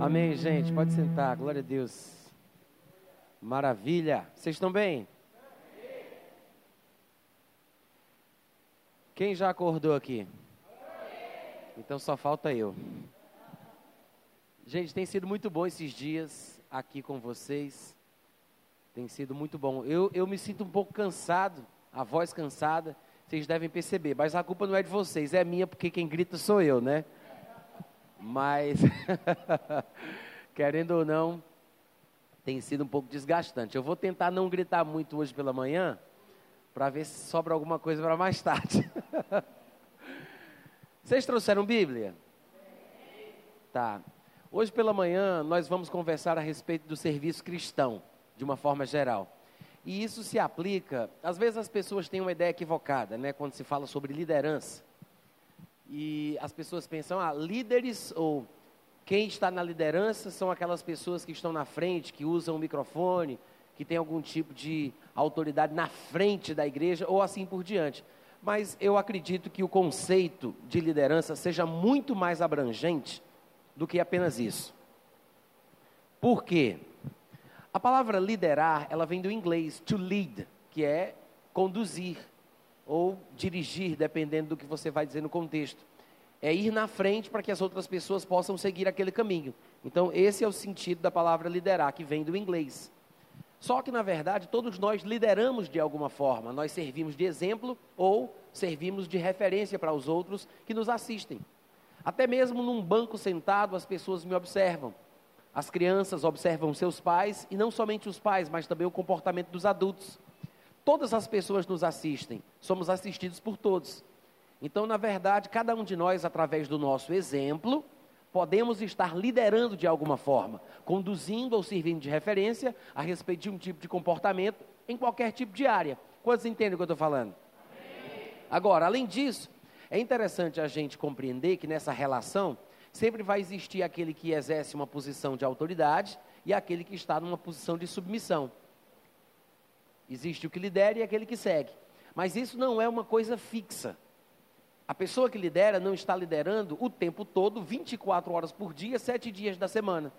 Amém, gente. Pode sentar. Glória a Deus. Maravilha. Vocês estão bem? Quem já acordou aqui? Então só falta eu. Gente, tem sido muito bom esses dias aqui com vocês. Tem sido muito bom. Eu me sinto um pouco cansado, a voz cansada. Vocês devem perceber, mas a culpa não é de vocês, é minha, porque quem grita sou eu, né? Mas, querendo ou não, tem sido um pouco desgastante. Eu vou tentar não gritar muito hoje pela manhã, para ver se sobra alguma coisa para mais tarde. Vocês trouxeram Bíblia? Tá. Hoje pela manhã nós vamos conversar a respeito do serviço cristão, de uma forma geral. E isso se aplica, às vezes as pessoas têm uma ideia equivocada, né, quando se fala sobre liderança. E as pessoas pensam, líderes ou quem está na liderança são aquelas pessoas que estão na frente, que usam o microfone, que tem algum tipo de autoridade na frente da igreja ou assim por diante. Mas eu acredito que o conceito de liderança seja muito mais abrangente do que apenas isso. Por quê? A palavra liderar, ela vem do inglês, to lead, que é conduzir ou dirigir, dependendo do que você vai dizer no contexto. É ir na frente para que as outras pessoas possam seguir aquele caminho. Então, esse é o sentido da palavra liderar, que vem do inglês. Só que, na verdade, todos nós lideramos de alguma forma. Nós servimos de exemplo ou servimos de referência para os outros que nos assistem. Até mesmo num banco sentado, as pessoas me observam. As crianças observam seus pais, e não somente os pais, mas também o comportamento dos adultos. Todas as pessoas nos assistem, somos assistidos por todos. Então, na verdade, cada um de nós, através do nosso exemplo, podemos estar liderando de alguma forma, conduzindo ou servindo de referência a respeito de um tipo de comportamento em qualquer tipo de área. Quantos entendem o que eu estou falando? Amém. Agora, além disso, é interessante a gente compreender que nessa relação sempre vai existir aquele que exerce uma posição de autoridade e aquele que está numa posição de submissão. Existe o que lidera e aquele que segue. Mas isso não é uma coisa fixa. A pessoa que lidera não está liderando o tempo todo, 24 horas por dia, 7 dias da semana.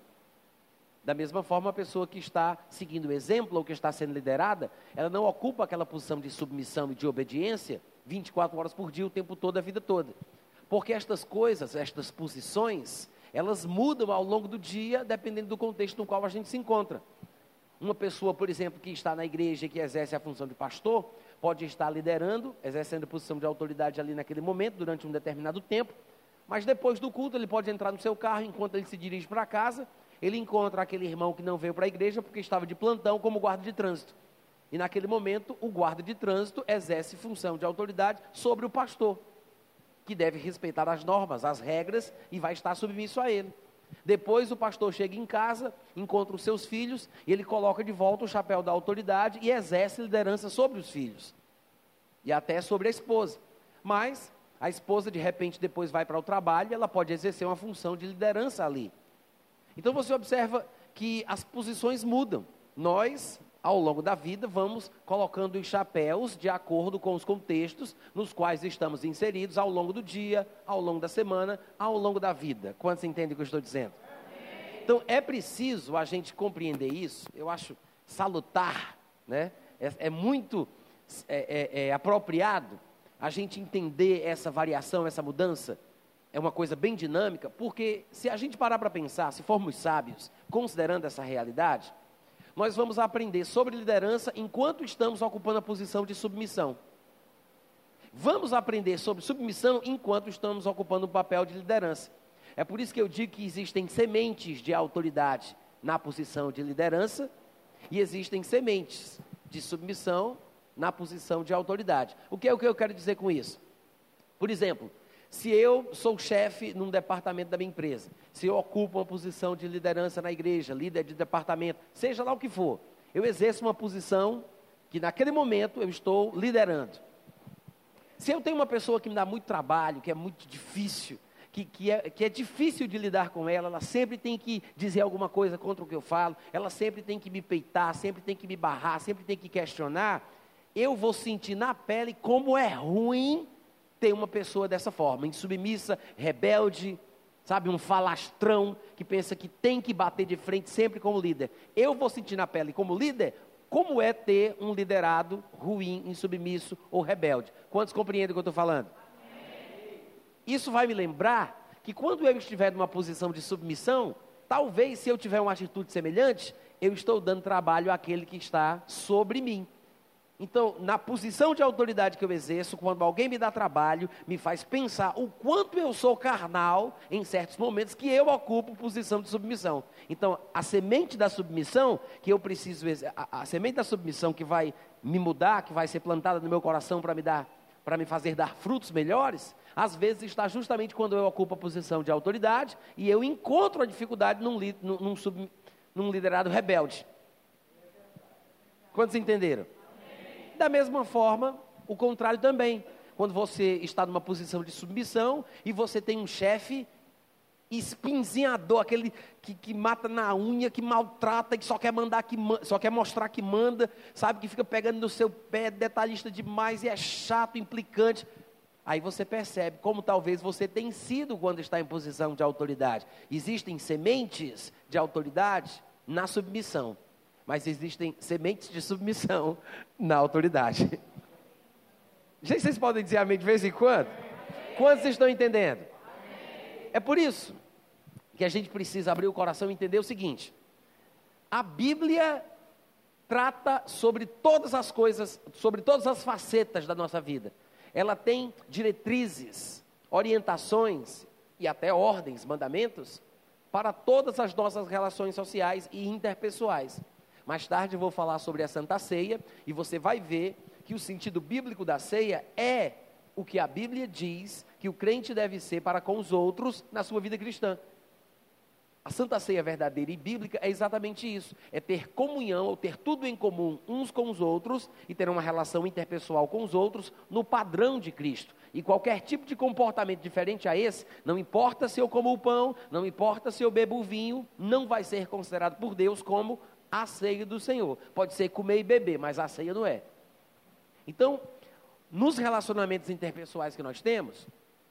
Da mesma forma, a pessoa que está seguindo o exemplo ou que está sendo liderada, ela não ocupa aquela posição de submissão e de obediência 24 horas por dia, o tempo todo, a vida toda. Porque estas coisas, estas posições, elas mudam ao longo do dia, dependendo do contexto no qual a gente se encontra. Uma pessoa, por exemplo, que está na igreja e que exerce a função de pastor, pode estar liderando, exercendo a posição de autoridade ali naquele momento, durante um determinado tempo, mas depois do culto ele pode entrar no seu carro, enquanto ele se dirige para casa, ele encontra aquele irmão que não veio para a igreja porque estava de plantão como guarda de trânsito. E naquele momento, o guarda de trânsito exerce função de autoridade sobre o pastor, que deve respeitar as normas, as regras, e vai estar submisso a ele. Depois o pastor chega em casa, encontra os seus filhos, e ele coloca de volta o chapéu da autoridade e exerce liderança sobre os filhos, e até sobre a esposa. Mas a esposa de repente depois vai para o trabalho, e ela pode exercer uma função de liderança ali. Então você observa que as posições mudam. Nós, ao longo da vida, vamos colocando os chapéus de acordo com os contextos nos quais estamos inseridos ao longo do dia, ao longo da semana, ao longo da vida. Quantos entendem o que eu estou dizendo? Amém. Então, é preciso a gente compreender isso. Eu acho salutar, né? É muito apropriado a gente entender essa variação, essa mudança. É uma coisa bem dinâmica, porque se a gente parar para pensar, se formos sábios, considerando essa realidade, nós vamos aprender sobre liderança enquanto estamos ocupando a posição de submissão. Vamos aprender sobre submissão enquanto estamos ocupando o papel de liderança. É por isso que eu digo que existem sementes de autoridade na posição de liderança e existem sementes de submissão na posição de autoridade. O que eu quero dizer com isso? Por exemplo, se eu sou chefe num departamento da minha empresa, se eu ocupo uma posição de liderança na igreja, líder de departamento, seja lá o que for, eu exerço uma posição que naquele momento eu estou liderando. Se eu tenho uma pessoa que me dá muito trabalho, que é muito difícil, que é difícil de lidar com ela, ela sempre tem que dizer alguma coisa contra o que eu falo, ela sempre tem que me peitar, sempre tem que me barrar, sempre tem que questionar, eu vou sentir na pele como é ruim ter uma pessoa dessa forma, insubmissa, rebelde, sabe, um falastrão que pensa que tem que bater de frente sempre como líder. Eu vou sentir na pele como líder, como é ter um liderado ruim, insubmisso ou rebelde. Quantos compreendem o que eu estou falando? Isso vai me lembrar que quando eu estiver numa posição de submissão, talvez se eu tiver uma atitude semelhante, eu estou dando trabalho àquele que está sobre mim. Então, na posição de autoridade que eu exerço, quando alguém me dá trabalho, me faz pensar o quanto eu sou carnal em certos momentos que eu ocupo posição de submissão. Então, a semente da submissão que eu preciso, a semente da submissão que vai me mudar, que vai ser plantada no meu coração para me fazer dar frutos melhores, às vezes está justamente quando eu ocupo a posição de autoridade e eu encontro a dificuldade num liderado rebelde. Quantos entenderam? Da mesma forma, o contrário também. Quando você está numa posição de submissão e você tem um chefe espinzinhador, aquele que mata na unha, que maltrata, que só quer mandar, só quer mostrar que manda, sabe, que fica pegando no seu pé, detalhista demais e é chato, implicante. Aí você percebe como talvez você tenha sido quando está em posição de autoridade. Existem sementes de autoridade na submissão, mas existem sementes de submissão na autoridade. Gente, vocês podem dizer amém de vez em quando? Quantos estão entendendo? É por isso que a gente precisa abrir o coração e entender o seguinte: a Bíblia trata sobre todas as coisas, sobre todas as facetas da nossa vida. Ela tem diretrizes, orientações e até ordens, mandamentos para todas as nossas relações sociais e interpessoais. Mais tarde eu vou falar sobre a Santa Ceia e você vai ver que o sentido bíblico da ceia é o que a Bíblia diz que o crente deve ser para com os outros na sua vida cristã. A Santa Ceia verdadeira e bíblica é exatamente isso, é ter comunhão, ou ter tudo em comum uns com os outros e ter uma relação interpessoal com os outros no padrão de Cristo. E qualquer tipo de comportamento diferente a esse, não importa se eu como o pão, não importa se eu bebo o vinho, não vai ser considerado por Deus como a ceia do Senhor. Pode ser comer e beber, mas a ceia não é. Então, nos relacionamentos interpessoais que nós temos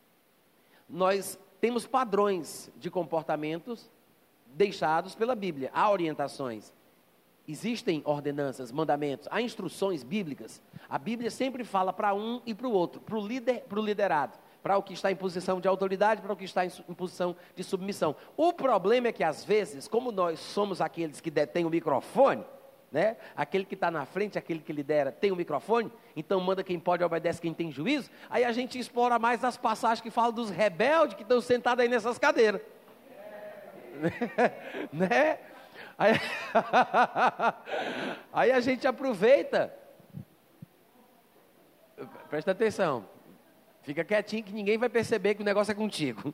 padrões de comportamentos deixados pela Bíblia. Há orientações, existem ordenanças, mandamentos, há instruções bíblicas. A Bíblia sempre fala para um e para o outro, para o líder, para o liderado, para o que está em posição de autoridade, para o que está em posição de submissão. O problema é que às vezes, como nós somos aqueles que detêm o microfone, né? Aquele que está na frente, aquele que lidera, tem o microfone, então manda quem pode, obedece quem tem juízo. Aí a gente explora mais as passagens que falam dos rebeldes que estão sentados aí nessas cadeiras. Né? Aí a gente aproveita. Presta atenção. Fica quietinho que ninguém vai perceber que o negócio é contigo.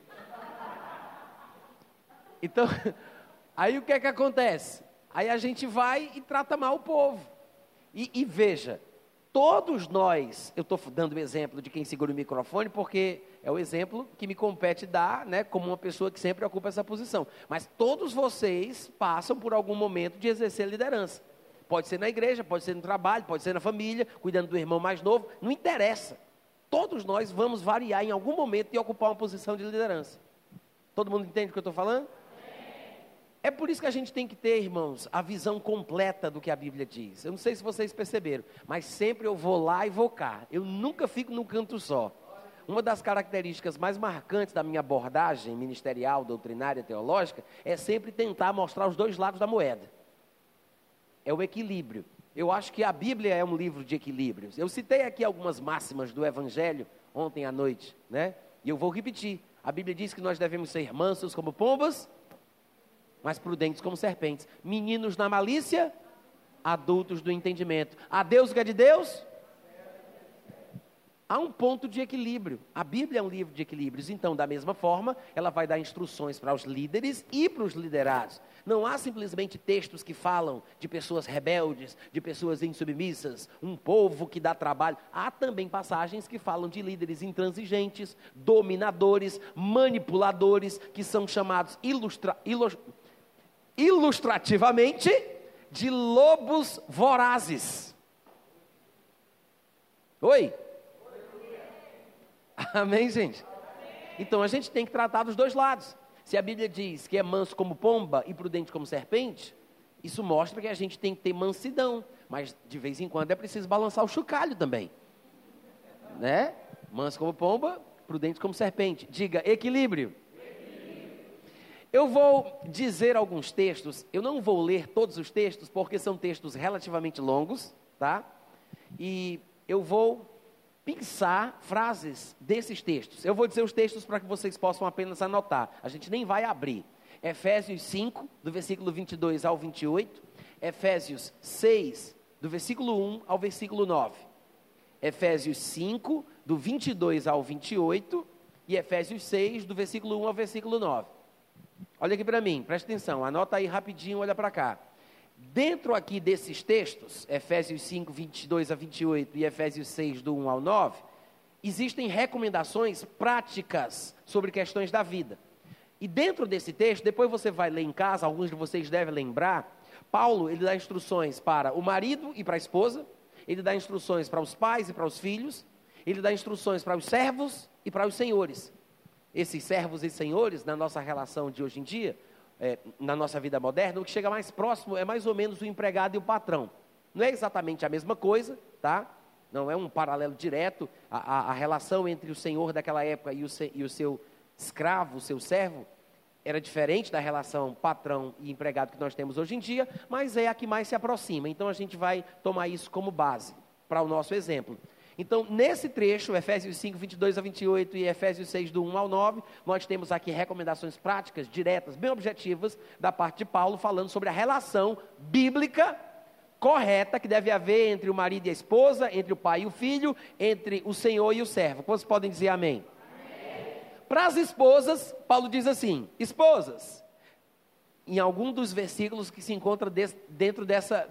Então, aí o que é que acontece? Aí a gente vai e trata mal o povo. E veja, todos nós, eu estou dando o exemplo de quem segura o microfone, porque é o exemplo que me compete dar, né, como uma pessoa que sempre ocupa essa posição. Mas todos vocês passam por algum momento de exercer liderança. Pode ser na igreja, pode ser no trabalho, pode ser na família, cuidando do irmão mais novo, não interessa. Todos nós vamos variar em algum momento e ocupar uma posição de liderança. Todo mundo entende o que eu estou falando? É por isso que a gente tem que ter, irmãos, a visão completa do que a Bíblia diz. Eu não sei se vocês perceberam, mas sempre eu vou lá e vou cá. Eu nunca fico num canto só. Uma das características mais marcantes da minha abordagem ministerial, doutrinária, teológica, é sempre tentar mostrar os dois lados da moeda. É o equilíbrio. Eu acho que a Bíblia é um livro de equilíbrios. Eu citei aqui algumas máximas do Evangelho ontem à noite, né? E eu vou repetir. A Bíblia diz que nós devemos ser mansos como pombas, mas prudentes como serpentes. Meninos na malícia, adultos do entendimento. A Deus o que é de Deus? Há um ponto de equilíbrio. A Bíblia é um livro de equilíbrios. Então, da mesma forma, ela vai dar instruções para os líderes e para os liderados. Não há simplesmente textos que falam de pessoas rebeldes, de pessoas insubmissas, um povo que dá trabalho. Há também passagens que falam de líderes intransigentes, dominadores, manipuladores, que são chamados ilustrativamente de lobos vorazes. Oi? Amém, gente? Então a gente tem que tratar dos dois lados. Se a Bíblia diz que é manso como pomba e prudente como serpente, isso mostra que a gente tem que ter mansidão, mas de vez em quando é preciso balançar o chocalho também, né? Manso como pomba, prudente como serpente. Diga, equilíbrio. Eu vou dizer alguns textos, eu não vou ler todos os textos, porque são textos relativamente longos, tá? E eu vou pensar frases desses textos. Eu vou dizer os textos para que vocês possam apenas anotar. A gente nem vai abrir. Efésios 5, do versículo 22 ao 28. Efésios 6, do versículo 1 ao versículo 9. Efésios 5, do 22 ao 28. E Efésios 6, do versículo 1 ao versículo 9. Olha aqui para mim, presta atenção. Anota aí rapidinho, olha para cá. Dentro aqui desses textos, Efésios 5, 22 a 28 e Efésios 6, do 1 ao 9, existem recomendações práticas sobre questões da vida. E dentro desse texto, depois você vai ler em casa, alguns de vocês devem lembrar, Paulo, ele dá instruções para o marido e para a esposa, ele dá instruções para os pais e para os filhos, ele dá instruções para os servos e para os senhores. Esses servos e senhores, na nossa relação de hoje em dia, na nossa vida moderna, o que chega mais próximo é mais ou menos o empregado e o patrão. Não é exatamente a mesma coisa, tá? Não é um paralelo direto. A relação entre o senhor daquela época e o seu escravo, o seu servo, era diferente da relação patrão e empregado que nós temos hoje em dia, mas é a que mais se aproxima. Então a gente vai tomar isso como base para o nosso exemplo. Então, nesse trecho, Efésios 5, 22 a 28 e Efésios 6, do 1 ao 9, nós temos aqui recomendações práticas, diretas, bem objetivas, da parte de Paulo, falando sobre a relação bíblica correta que deve haver entre o marido e a esposa, entre o pai e o filho, entre o senhor e o servo. Quantos podem dizer amém? Amém. Para as esposas, Paulo diz assim, esposas, em algum dos versículos que se encontra dentro dessa...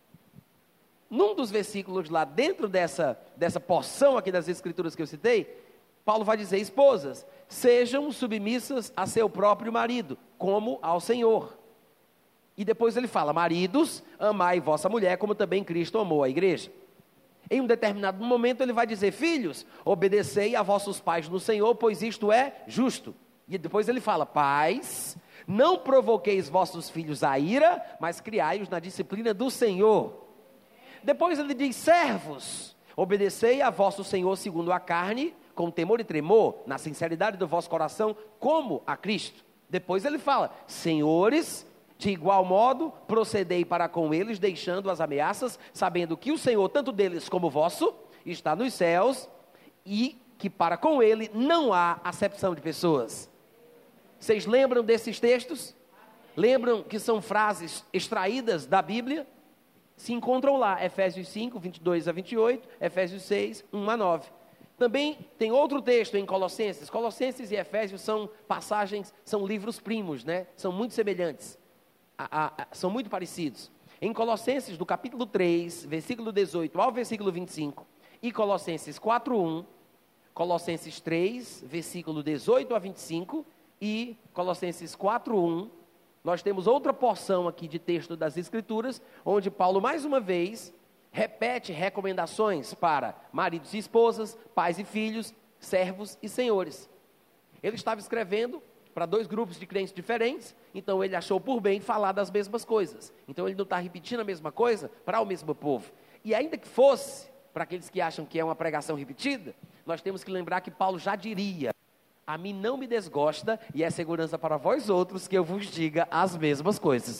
Num dos versículos lá, dentro dessa porção aqui das escrituras que eu citei, Paulo vai dizer, esposas, sejam submissas a seu próprio marido, como ao Senhor. E depois ele fala, maridos, amai vossa mulher, como também Cristo amou a igreja. Em um determinado momento ele vai dizer, filhos, obedecei a vossos pais no Senhor, pois isto é justo. E depois ele fala, pais, não provoqueis vossos filhos a ira, mas criai-os na disciplina do Senhor. Depois ele diz, servos, obedecei a vosso Senhor segundo a carne, com temor e tremor, na sinceridade do vosso coração, como a Cristo. Depois ele fala, senhores, de igual modo, procedei para com eles, deixando as ameaças, sabendo que o Senhor, tanto deles como vosso, está nos céus, e que para com ele não há acepção de pessoas. Vocês lembram desses textos? Lembram que são frases extraídas da Bíblia? Se encontram lá, Efésios 5, 22 a 28, Efésios 6, 1 a 9. Também tem outro texto em Colossenses. Colossenses e Efésios são passagens, são livros primos, né? São muito semelhantes, são muito parecidos. Em Colossenses, do capítulo 3, versículo 18 ao versículo 25, e Colossenses 4, 1, Colossenses 3, versículo 18 a 25, e Colossenses 4, 1, nós temos outra porção aqui de texto das Escrituras, onde Paulo, mais uma vez, repete recomendações para maridos e esposas, pais e filhos, servos e senhores. Ele estava escrevendo para dois grupos de crentes diferentes, então ele achou por bem falar das mesmas coisas. Então ele não está repetindo a mesma coisa para o mesmo povo. E ainda que fosse, para aqueles que acham que é uma pregação repetida, nós temos que lembrar que Paulo já diria, a mim não me desgosta, e é segurança para vós outros, que eu vos diga as mesmas coisas.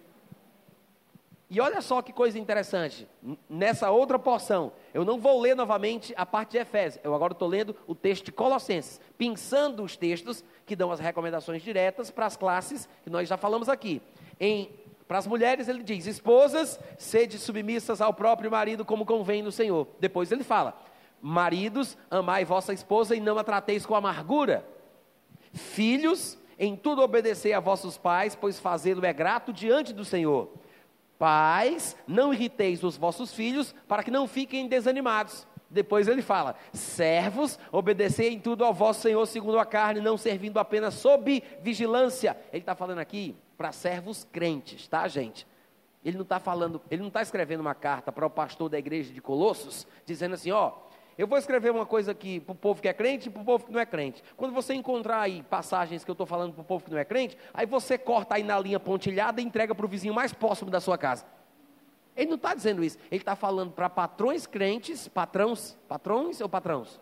E olha só que coisa interessante, nessa outra porção, eu não vou ler novamente a parte de Efésios, eu agora estou lendo o texto de Colossenses, pensando os textos que dão as recomendações diretas para as classes, que nós já falamos aqui. Para as mulheres ele diz, esposas, sede submissas ao próprio marido, como convém no Senhor. Depois ele fala, maridos, amai vossa esposa e não a trateis com amargura. Filhos, em tudo obedecei a vossos pais, pois fazê-lo é grato diante do Senhor. Pais, não irriteis os vossos filhos, para que não fiquem desanimados. Depois ele fala, servos, obedecei em tudo ao vosso Senhor segundo a carne, não servindo apenas sob vigilância. Ele está falando aqui para servos crentes, tá, gente? Ele não está escrevendo uma carta para o pastor da igreja de Colossos, dizendo assim, Eu vou escrever uma coisa aqui para o povo que é crente e para o povo que não é crente. Quando você encontrar aí passagens que eu estou falando para o povo que não é crente, aí você corta aí na linha pontilhada e entrega para o vizinho mais próximo da sua casa. Ele não está dizendo isso. Ele está falando para patrões crentes, patrões ou patrões?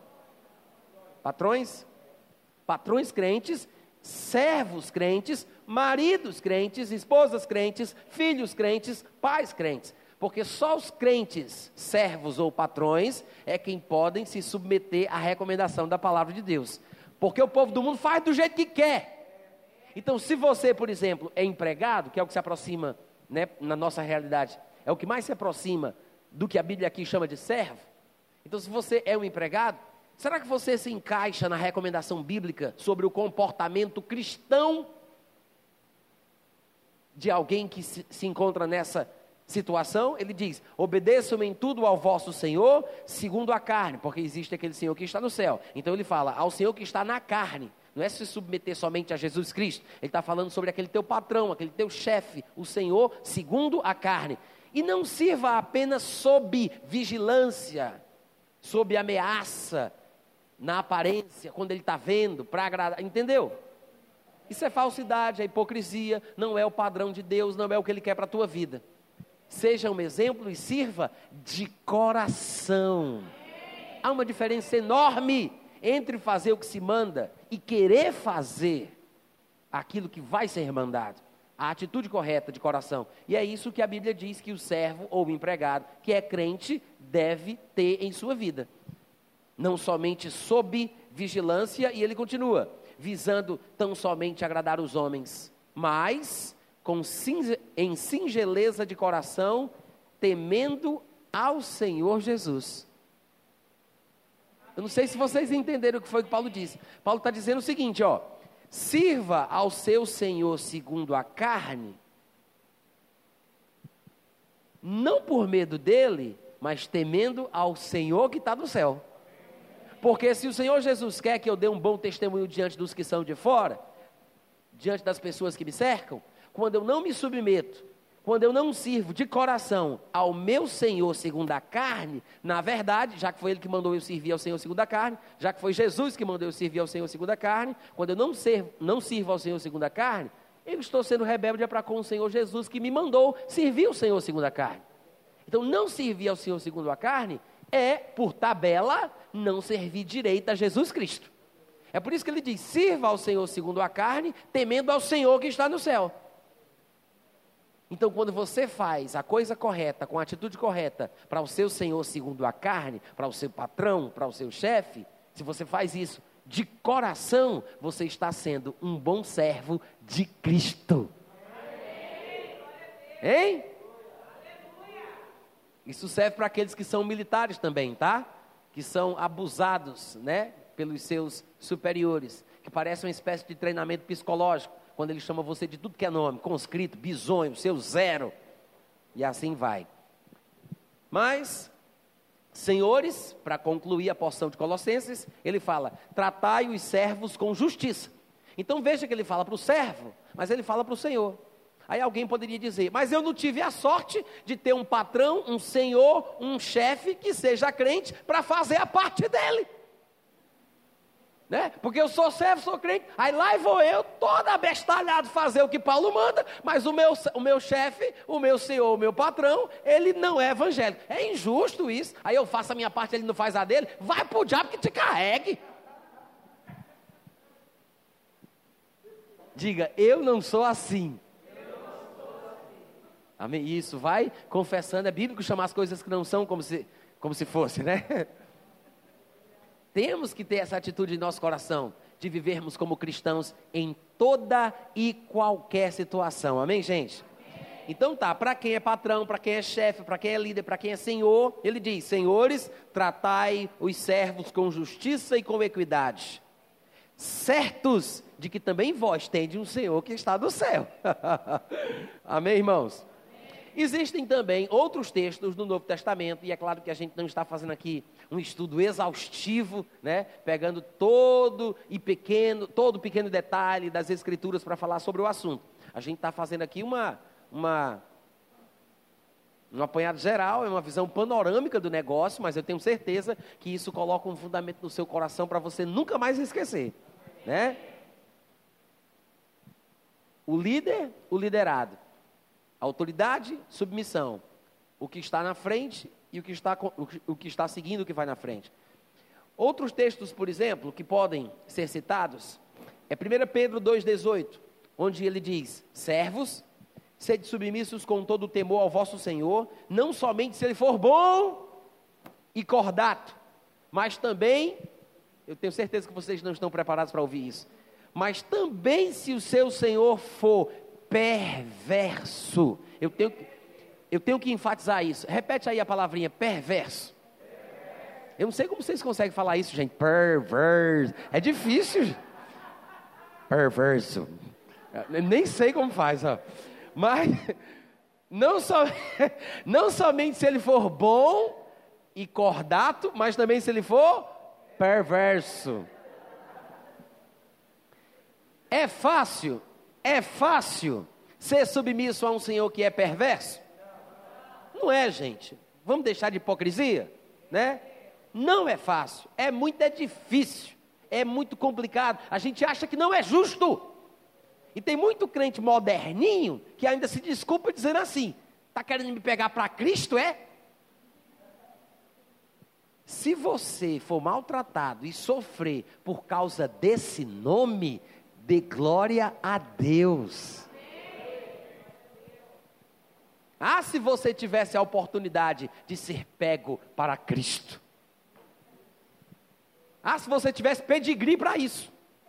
Patrões crentes, servos crentes, maridos crentes, esposas crentes, filhos crentes, pais crentes. Porque só os crentes, servos ou patrões, é quem podem se submeter à recomendação da palavra de Deus. Porque o povo do mundo faz do jeito que quer. Então, se você, por exemplo, é empregado, que é o que se aproxima, né, na nossa realidade, é o que mais se aproxima do que a Bíblia aqui chama de servo. Então, se você é um empregado, será que você se encaixa na recomendação bíblica sobre o comportamento cristão de alguém que se encontra nessa situação? Ele diz: obedeçam-me em tudo ao vosso Senhor, segundo a carne, porque existe aquele Senhor que está no céu. Então ele fala ao Senhor que está na carne, não é se submeter somente a Jesus Cristo. Ele está falando sobre aquele teu patrão, aquele teu chefe, o Senhor segundo a carne. E não sirva apenas sob vigilância, sob ameaça, na aparência, quando ele está vendo, para agradar, entendeu? Isso é falsidade, é hipocrisia, não é o padrão de Deus, não é o que Ele quer para a tua vida. Seja um exemplo e sirva de coração. Há uma diferença enorme entre fazer o que se manda e querer fazer aquilo que vai ser mandado. A atitude correta de coração. E é isso que a Bíblia diz que o servo ou o empregado que é crente deve ter em sua vida. Não somente sob vigilância, e ele continua, visando tão somente agradar os homens, mas em singeleza de coração, temendo ao Senhor Jesus. Eu não sei se vocês entenderam o que foi que Paulo disse. Paulo está dizendo o seguinte, ó: sirva ao seu Senhor segundo a carne, não por medo dele, mas temendo ao Senhor que está no céu. Porque se o Senhor Jesus quer que eu dê um bom testemunho diante dos que são de fora, diante das pessoas que me cercam, quando eu não me submeto, quando eu não sirvo de coração ao meu Senhor segundo a carne, na verdade, já que foi Ele que mandou eu servir ao Senhor segundo a carne, já que foi Jesus que mandou eu servir ao Senhor segundo a carne, quando eu não sirvo ao Senhor segundo a carne, eu estou sendo rebelde para com o Senhor Jesus que me mandou servir ao Senhor segundo a carne. Então, não servir ao Senhor segundo a carne é, por tabela, não servir direito a Jesus Cristo. É por isso que ele diz: sirva ao Senhor segundo a carne, temendo ao Senhor que está no céu. Então, quando você faz a coisa correta, com a atitude correta, para o seu Senhor segundo a carne, para o seu patrão, para o seu chefe, se você faz isso de coração, você está sendo um bom servo de Cristo. Hein? Isso serve para aqueles que são militares também, tá? Que são abusados, né, pelos seus superiores, que parece uma espécie de treinamento psicológico, quando ele chama você de tudo que é nome, conscrito, bisonho, seu zero, e assim vai. Mas, senhores, para concluir a porção de Colossenses, ele fala: tratai os servos com justiça. Então veja que ele fala para o servo, mas ele fala para o senhor. Aí alguém poderia dizer: mas eu não tive a sorte de ter um patrão, um senhor, um chefe que seja crente para fazer a parte dele, né? Porque eu sou servo, sou crente, aí lá vou eu, todo abestalhado, fazer o que Paulo manda, mas o meu chefe, o meu senhor, o meu patrão, ele não é evangélico. É injusto isso. Aí eu faço a minha parte, ele não faz a dele. Vai pro diabo que te carregue. Diga: eu não sou assim. Amém? Isso, vai confessando. É bíblico chamar as coisas que não são como se fosse, né? Temos que ter essa atitude em nosso coração, de vivermos como cristãos em toda e qualquer situação. Amém, gente? Então tá, para quem é patrão, para quem é chefe, para quem é líder, para quem é senhor, ele diz: senhores, tratai os servos com justiça e com equidade, certos de que também vós tendes um Senhor que está no céu. Amém, irmãos? Existem também outros textos no Novo Testamento, e é claro que a gente não está fazendo aqui um estudo exaustivo, né, pegando todo pequeno detalhe das Escrituras para falar sobre o assunto. A gente está fazendo aqui uma Um apanhado geral, é uma visão panorâmica do negócio, mas eu tenho certeza que isso coloca um fundamento no seu coração para você nunca mais esquecer, né? O líder, o liderado. Autoridade, submissão. O que está na frente e o que está seguindo o que vai na frente. Outros textos, por exemplo, que podem ser citados, é 1 Pedro 2,18, onde ele diz: servos, sede submissos com todo o temor ao vosso Senhor, não somente se ele for bom e cordato, mas também, eu tenho certeza que vocês não estão preparados para ouvir isso, mas também se o seu Senhor for perverso. Eu tenho que enfatizar isso. Repete aí a palavrinha perverso. Eu não sei como vocês conseguem falar isso, gente. Perverso. É difícil. Perverso. Eu nem sei como faz, ó. Mas não somente se ele for bom e cordato, mas também se ele for perverso. É fácil ser submisso a um Senhor que é perverso? Não é, gente. Vamos deixar de hipocrisia, né? Não é fácil, é difícil, é muito complicado. A gente acha que não é justo. E tem muito crente moderninho que ainda se desculpa dizendo assim: está querendo me pegar para Cristo, é? Se você for maltratado e sofrer por causa desse nome, dê glória a Deus. Ah, se você tivesse a oportunidade de ser pego para Cristo. Ah, se você tivesse pedigree para isso.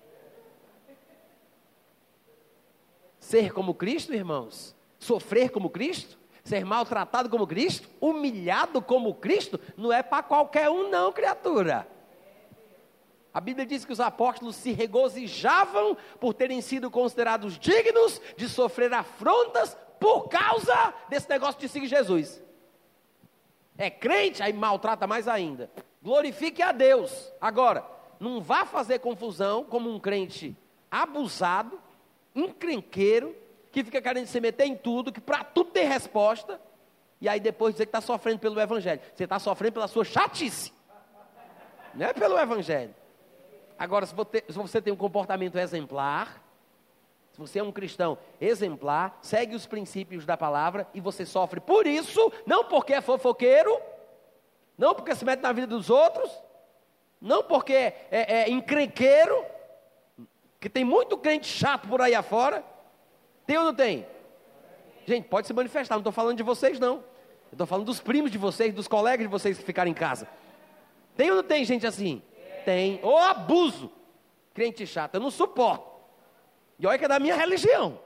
Ser como Cristo, irmãos, sofrer como Cristo, ser maltratado como Cristo, humilhado como Cristo, não é para qualquer um não, criatura. A Bíblia diz que os apóstolos se regozijavam por terem sido considerados dignos de sofrer afrontas por causa desse negócio de seguir Jesus. É crente, aí maltrata mais ainda. Glorifique a Deus. Agora, não vá fazer confusão como um crente abusado, encrenqueiro, que fica querendo se meter em tudo, que para tudo tem resposta, e aí depois dizer que está sofrendo pelo Evangelho. Você está sofrendo pela sua chatice, não é pelo Evangelho. Agora, se você tem um comportamento exemplar, se você é um cristão exemplar, segue os princípios da palavra, e você sofre por isso, não porque é fofoqueiro, não porque se mete na vida dos outros, não porque é encrenqueiro, que tem muito crente chato por aí afora. Tem ou não tem? Gente, pode se manifestar, não estou falando de vocês não. Eu estou falando dos primos de vocês, dos colegas de vocês que ficaram em casa. Tem ou não tem gente assim? Tem. Ou abuso. Crente chato, eu não suporto. E olha que é da minha religião.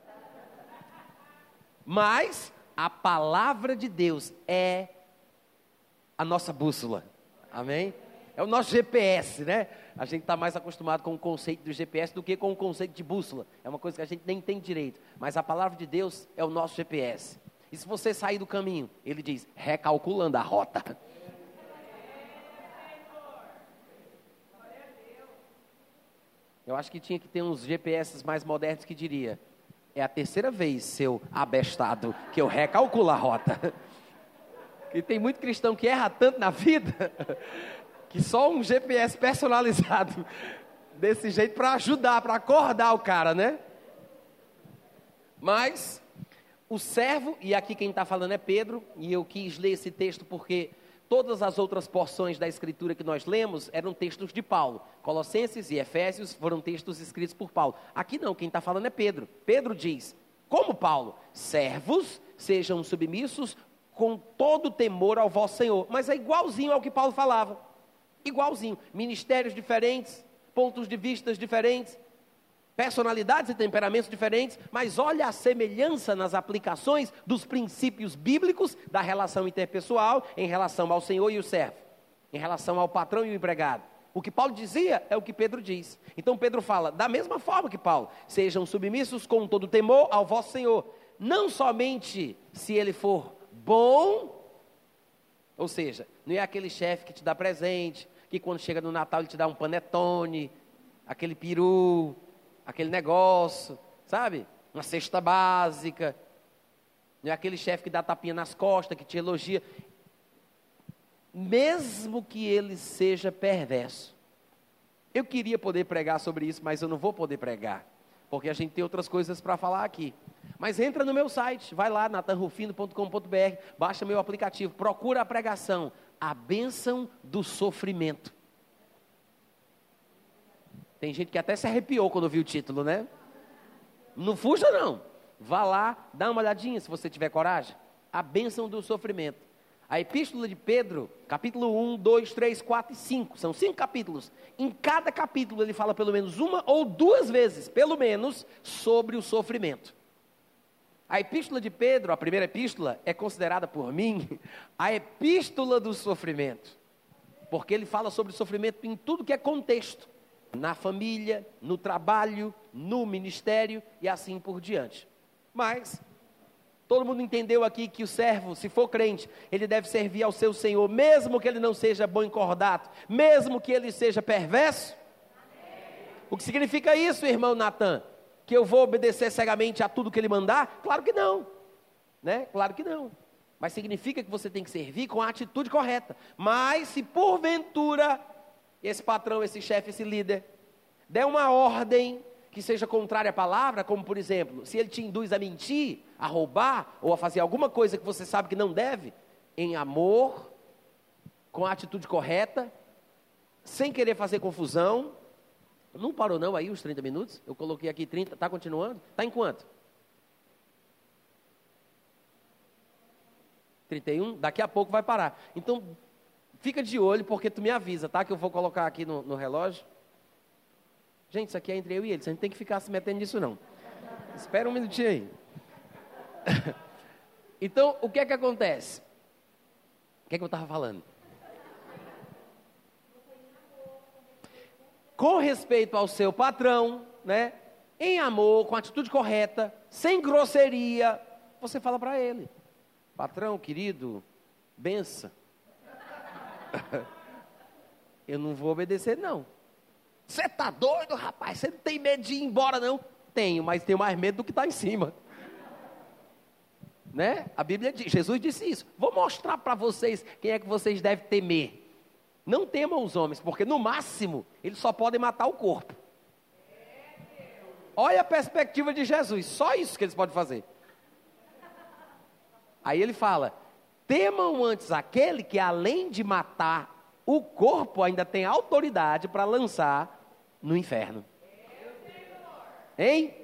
Mas a palavra de Deus é a nossa bússola. Amém? É o nosso GPS, né? A gente está mais acostumado com o conceito do GPS do que com o conceito de bússola. É uma coisa que a gente nem tem direito. Mas a palavra de Deus é o nosso GPS. E se você sair do caminho, ele diz, recalculando a rota. Eu acho que tinha que ter uns GPS mais modernos que diria, é a terceira vez, seu abestado, que eu recalculo a rota. E tem muito cristão que erra tanto na vida, que só um GPS personalizado desse jeito para ajudar, para acordar o cara, né? Mas o servo, e aqui quem está falando é Pedro, e eu quis ler esse texto porque todas as outras porções da Escritura que nós lemos eram textos de Paulo. Colossenses e Efésios foram textos escritos por Paulo. Aqui não, quem está falando é Pedro. Pedro diz, como Paulo, servos, sejam submissos com todo temor ao vosso Senhor. Mas é igualzinho ao que Paulo falava. Igualzinho. Ministérios diferentes, pontos de vista diferentes, personalidades e temperamentos diferentes, mas olha a semelhança nas aplicações dos princípios bíblicos da relação interpessoal em relação ao Senhor e o servo, em relação ao patrão e o empregado. O que Paulo dizia é o que Pedro diz. Então Pedro fala, da mesma forma que Paulo, sejam submissos com todo temor ao vosso Senhor, não somente se ele for bom, ou seja, não é aquele chefe que te dá presente, que quando chega no Natal ele te dá um panetone, aquele peru, aquele negócio, sabe? Uma cesta básica. Não é aquele chefe que dá tapinha nas costas, que te elogia. Mesmo que ele seja perverso. Eu queria poder pregar sobre isso, mas eu não vou poder pregar, porque a gente tem outras coisas para falar aqui. Mas entra no meu site, vai lá, natanrufino.com.br, baixa meu aplicativo, procura a pregação, a bênção do sofrimento. Tem gente que até se arrepiou quando viu o título, né? Não fuja não, vá lá, dá uma olhadinha se você tiver coragem. A bênção do sofrimento. A Epístola de Pedro, capítulo 1, 2, 3, 4 e 5, são 5 capítulos. Em cada capítulo ele fala pelo menos uma ou duas vezes, pelo menos, sobre o sofrimento. A Epístola de Pedro, a primeira epístola, é considerada por mim a Epístola do sofrimento. Porque ele fala sobre o sofrimento em tudo que é contexto. Na família, no trabalho, no ministério e assim por diante. Mas todo mundo entendeu aqui que o servo, se for crente, ele deve servir ao seu Senhor, mesmo que ele não seja bom cordato, mesmo que ele seja perverso? Amém. O que significa isso, irmão Natan? Que eu vou obedecer cegamente a tudo que ele mandar? Claro que não, né? Claro que não. Mas significa que você tem que servir com a atitude correta. Mas se porventura esse patrão, esse chefe, esse líder der uma ordem que seja contrária à palavra, como por exemplo, se ele te induz a mentir, a roubar, ou a fazer alguma coisa que você sabe que não deve, em amor, com a atitude correta, sem querer fazer confusão. Não parou não aí os 30 minutos? Eu coloquei aqui 30, está continuando? Está em quanto? 31? Daqui a pouco vai parar. Então, fica de olho, porque tu me avisa, tá? Que eu vou colocar aqui no relógio. Gente, isso aqui é entre eu e eles, a gente tem que ficar se metendo nisso não. Espera um minutinho aí. Então, o que é que acontece? O que é que eu estava falando? Com respeito ao seu patrão, né? Em amor, com atitude correta, sem grosseria, você fala para ele: patrão, querido, benção. Eu não vou obedecer não. Você está doido, rapaz? Você não tem medo de ir embora, não? Tenho, mas tenho mais medo do que está em cima. Né? A Bíblia diz, Jesus disse isso. Vou mostrar para vocês quem é que vocês devem temer. Não temam os homens, porque no máximo, eles só podem matar o corpo. Olha a perspectiva de Jesus, só isso que eles podem fazer. Aí ele fala: temam antes aquele que além de matar o corpo, ainda tem autoridade para lançar no inferno. Hein?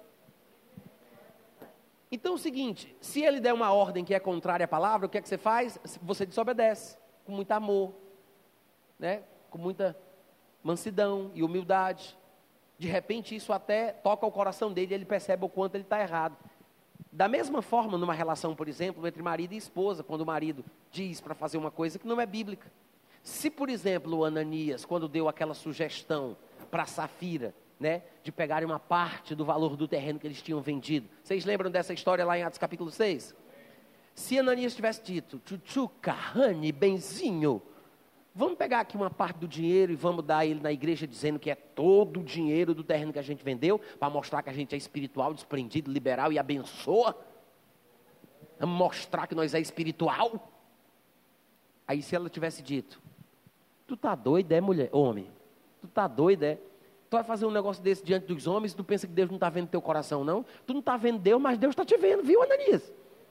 Então é o seguinte, se ele der uma ordem que é contrária à palavra, o que é que você faz? Você desobedece, com muito amor, né? Com muita mansidão e humildade. De repente isso até toca o coração dele e ele percebe o quanto ele está errado. Da mesma forma, numa relação, por exemplo, entre marido e esposa, quando o marido diz para fazer uma coisa que não é bíblica. Se, por exemplo, o Ananias, quando deu aquela sugestão para Safira, né, de pegarem uma parte do valor do terreno que eles tinham vendido. Vocês lembram dessa história lá em Atos capítulo 6? Se Ananias tivesse dito: Tchutchuca, Rani, benzinho, vamos pegar aqui uma parte do dinheiro e vamos dar ele na igreja dizendo que é todo o dinheiro do terreno que a gente vendeu, para mostrar que a gente é espiritual, desprendido, liberal e abençoa. Vamos mostrar que nós é espiritual. Aí se ela tivesse dito: tu tá doido, é mulher? Homem, tu tá doido, é? Tu vai fazer um negócio desse diante dos homens, tu pensa que Deus não está vendo teu coração, não? Tu não está vendo Deus, mas Deus está te vendo, viu, Ananias?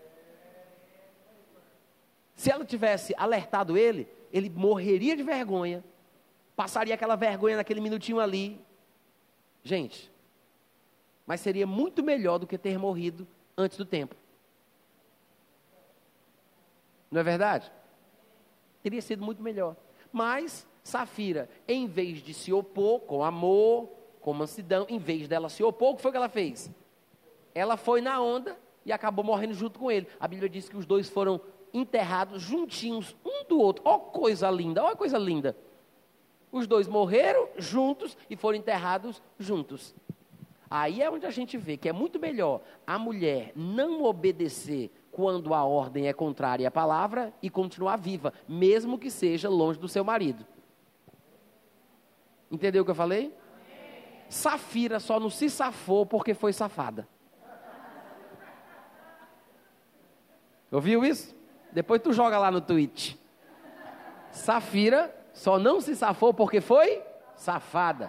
Se ela tivesse alertado ele, ele morreria de vergonha, passaria aquela vergonha naquele minutinho ali. Gente, mas seria muito melhor do que ter morrido antes do tempo. Não é verdade? Teria sido muito melhor. Mas Safira, em vez de se opor com amor, com mansidão, em vez dela se opor, o que foi que ela fez? Ela foi na onda e acabou morrendo junto com ele. A Bíblia diz que os dois foram enterrados juntinhos, um do outro. Ó coisa linda, ó coisa linda. Os dois morreram juntos e foram enterrados juntos. Aí é onde a gente vê que é muito melhor a mulher não obedecer quando a ordem é contrária à palavra e continuar viva, mesmo que seja longe do seu marido. Entendeu o que eu falei? Amém. Safira só não se safou porque foi safada. Ouviu isso? Depois tu joga lá no tweet. Safira só não se safou porque foi safada.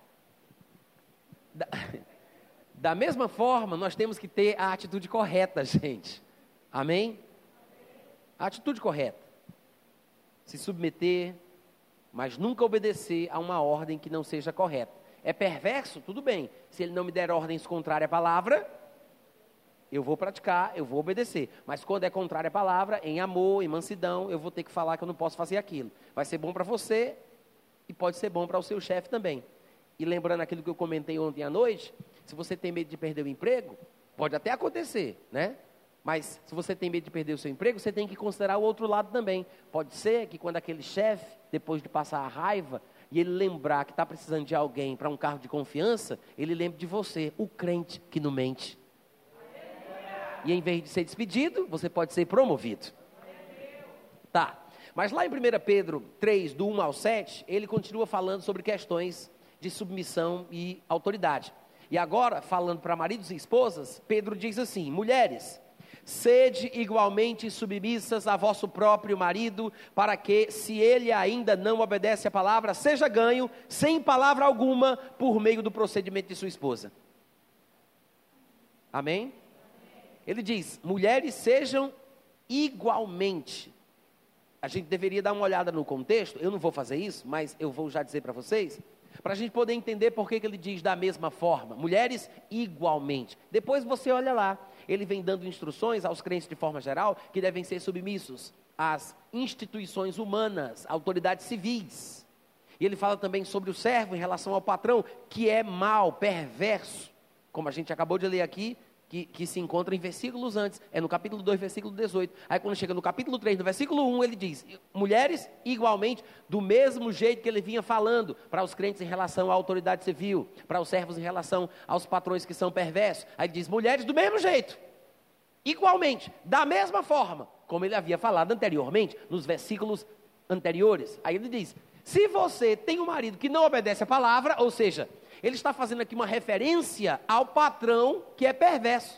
Da mesma forma, nós temos que ter a atitude correta, gente. Amém? A atitude correta. Se submeter, mas nunca obedecer a uma ordem que não seja correta. É perverso? Tudo bem. Se ele não me der ordens contrárias à palavra, eu vou praticar, eu vou obedecer. Mas quando é contrária à palavra, em amor, em mansidão, eu vou ter que falar que eu não posso fazer aquilo. Vai ser bom para você e pode ser bom para o seu chefe também. E lembrando aquilo que eu comentei ontem à noite, se você tem medo de perder o emprego, pode até acontecer, né? Mas se você tem medo de perder o seu emprego, você tem que considerar o outro lado também. Pode ser que quando aquele chefe, depois de passar a raiva, e ele lembrar que está precisando de alguém para um cargo de confiança, ele lembre de você, o crente que não mente. E em vez de ser despedido, você pode ser promovido. Tá, mas lá em 1 Pedro 3, do 1 ao 7, ele continua falando sobre questões de submissão e autoridade. E agora, falando para maridos e esposas, Pedro diz assim: mulheres, sede igualmente submissas a vosso próprio marido, para que, se ele ainda não obedece à palavra, seja ganho, sem palavra alguma, por meio do procedimento de sua esposa. Amém? Ele diz, mulheres sejam igualmente. A gente deveria dar uma olhada no contexto, eu não vou fazer isso, mas eu vou já dizer para vocês, para a gente poder entender por que ele diz da mesma forma, mulheres igualmente. Depois você olha lá, ele vem dando instruções aos crentes de forma geral, que devem ser submissos às instituições humanas, autoridades civis. E ele fala também sobre o servo em relação ao patrão, que é mau, perverso, como a gente acabou de ler aqui, que se encontra em versículos antes, é no capítulo 2, versículo 18, aí quando chega no capítulo 3, no versículo 1, ele diz, mulheres igualmente, do mesmo jeito que ele vinha falando, para os crentes em relação à autoridade civil, para os servos em relação aos patrões que são perversos, aí ele diz, mulheres do mesmo jeito, igualmente, da mesma forma, como ele havia falado anteriormente, nos versículos anteriores, aí ele diz, se você tem um marido que não obedece a palavra, ou seja, ele está fazendo aqui uma referência ao patrão que é perverso.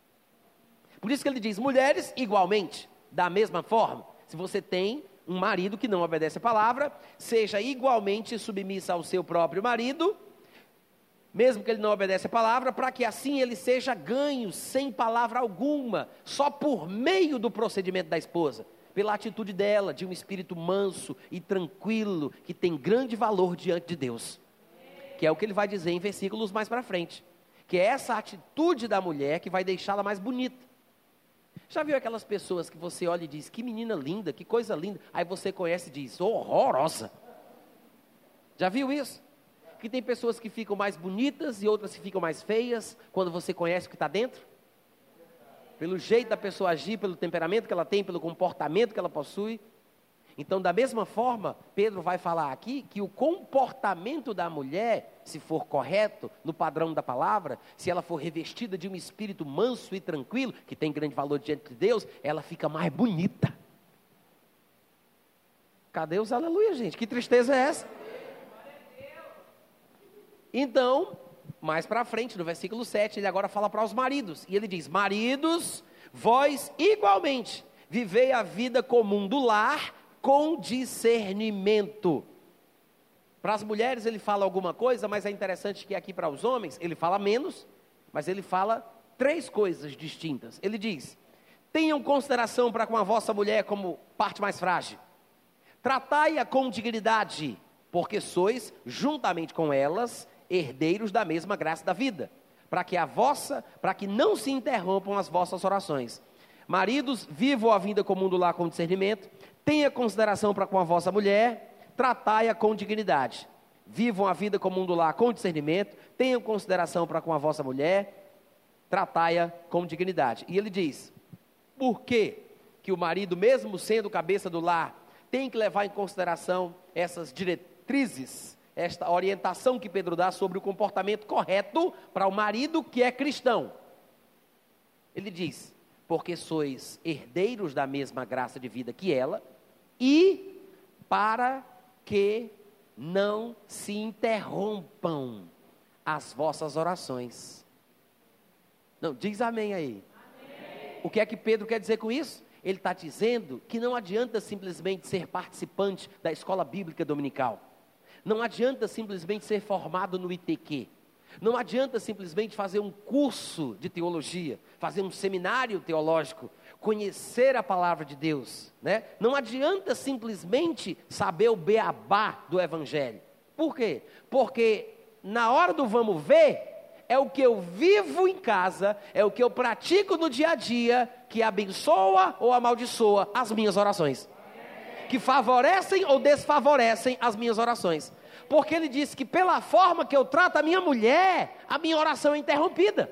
Por isso que ele diz, mulheres igualmente, da mesma forma, se você tem um marido que não obedece a palavra, seja igualmente submissa ao seu próprio marido, mesmo que ele não obedece a palavra, para que assim ele seja ganho sem palavra alguma, só por meio do procedimento da esposa, pela atitude dela, de um espírito manso e tranquilo, que tem grande valor diante de Deus. Que é o que ele vai dizer em versículos mais para frente, que é essa atitude da mulher que vai deixá-la mais bonita. Já viu aquelas pessoas que você olha e diz, que menina linda, que coisa linda, aí você conhece e diz, horrorosa. Já viu isso? Que tem pessoas que ficam mais bonitas e outras que ficam mais feias, quando você conhece o que está dentro? Pelo jeito da pessoa agir, pelo temperamento que ela tem, pelo comportamento que ela possui. Então, da mesma forma, Pedro vai falar aqui que o comportamento da mulher, se for correto, no padrão da palavra, se ela for revestida de um espírito manso e tranquilo, que tem grande valor diante de Deus, ela fica mais bonita. Cadê os aleluia, gente? Que tristeza é essa? Então, mais para frente, no versículo 7, ele agora fala para os maridos, e ele diz, maridos, vós igualmente, vivei a vida comum do lar, com discernimento. Para as mulheres ele fala alguma coisa, mas é interessante que aqui para os homens ele fala menos, mas ele fala 3 coisas distintas. Ele diz, tenham consideração para com a vossa mulher como parte mais frágil, tratai-a com dignidade, porque sois, juntamente com elas, herdeiros da mesma graça da vida, para que não se interrompam as vossas orações. Maridos, vivam a vida comum do lar com discernimento, tenha consideração para com a vossa mulher, tratai-a com dignidade. Vivam a vida comum do lar com discernimento, tenham consideração para com a vossa mulher, tratai-a com dignidade. E ele diz, por que o marido, mesmo sendo cabeça do lar, tem que levar em consideração essas diretrizes, esta orientação que Pedro dá sobre o comportamento correto para o marido que é cristão? Ele diz, porque sois herdeiros da mesma graça de vida que ela, e para que não se interrompam as vossas orações. Não, diz amém aí. Amém. O que é que Pedro quer dizer com isso? ele está dizendo que não adianta simplesmente ser participante da escola bíblica dominical. Não adianta simplesmente ser formado no ITQ. Não adianta simplesmente fazer um curso de teologia, fazer um seminário teológico, conhecer a palavra de Deus, né? Não adianta simplesmente saber o beabá do evangelho. Por quê? Porque na hora do vamos ver, é o que eu vivo em casa, é o que eu pratico no dia a dia, que abençoa ou amaldiçoa as minhas orações. Que favorecem ou desfavorecem as minhas orações. Porque ele disse que pela forma que eu trato a minha mulher, a minha oração é interrompida.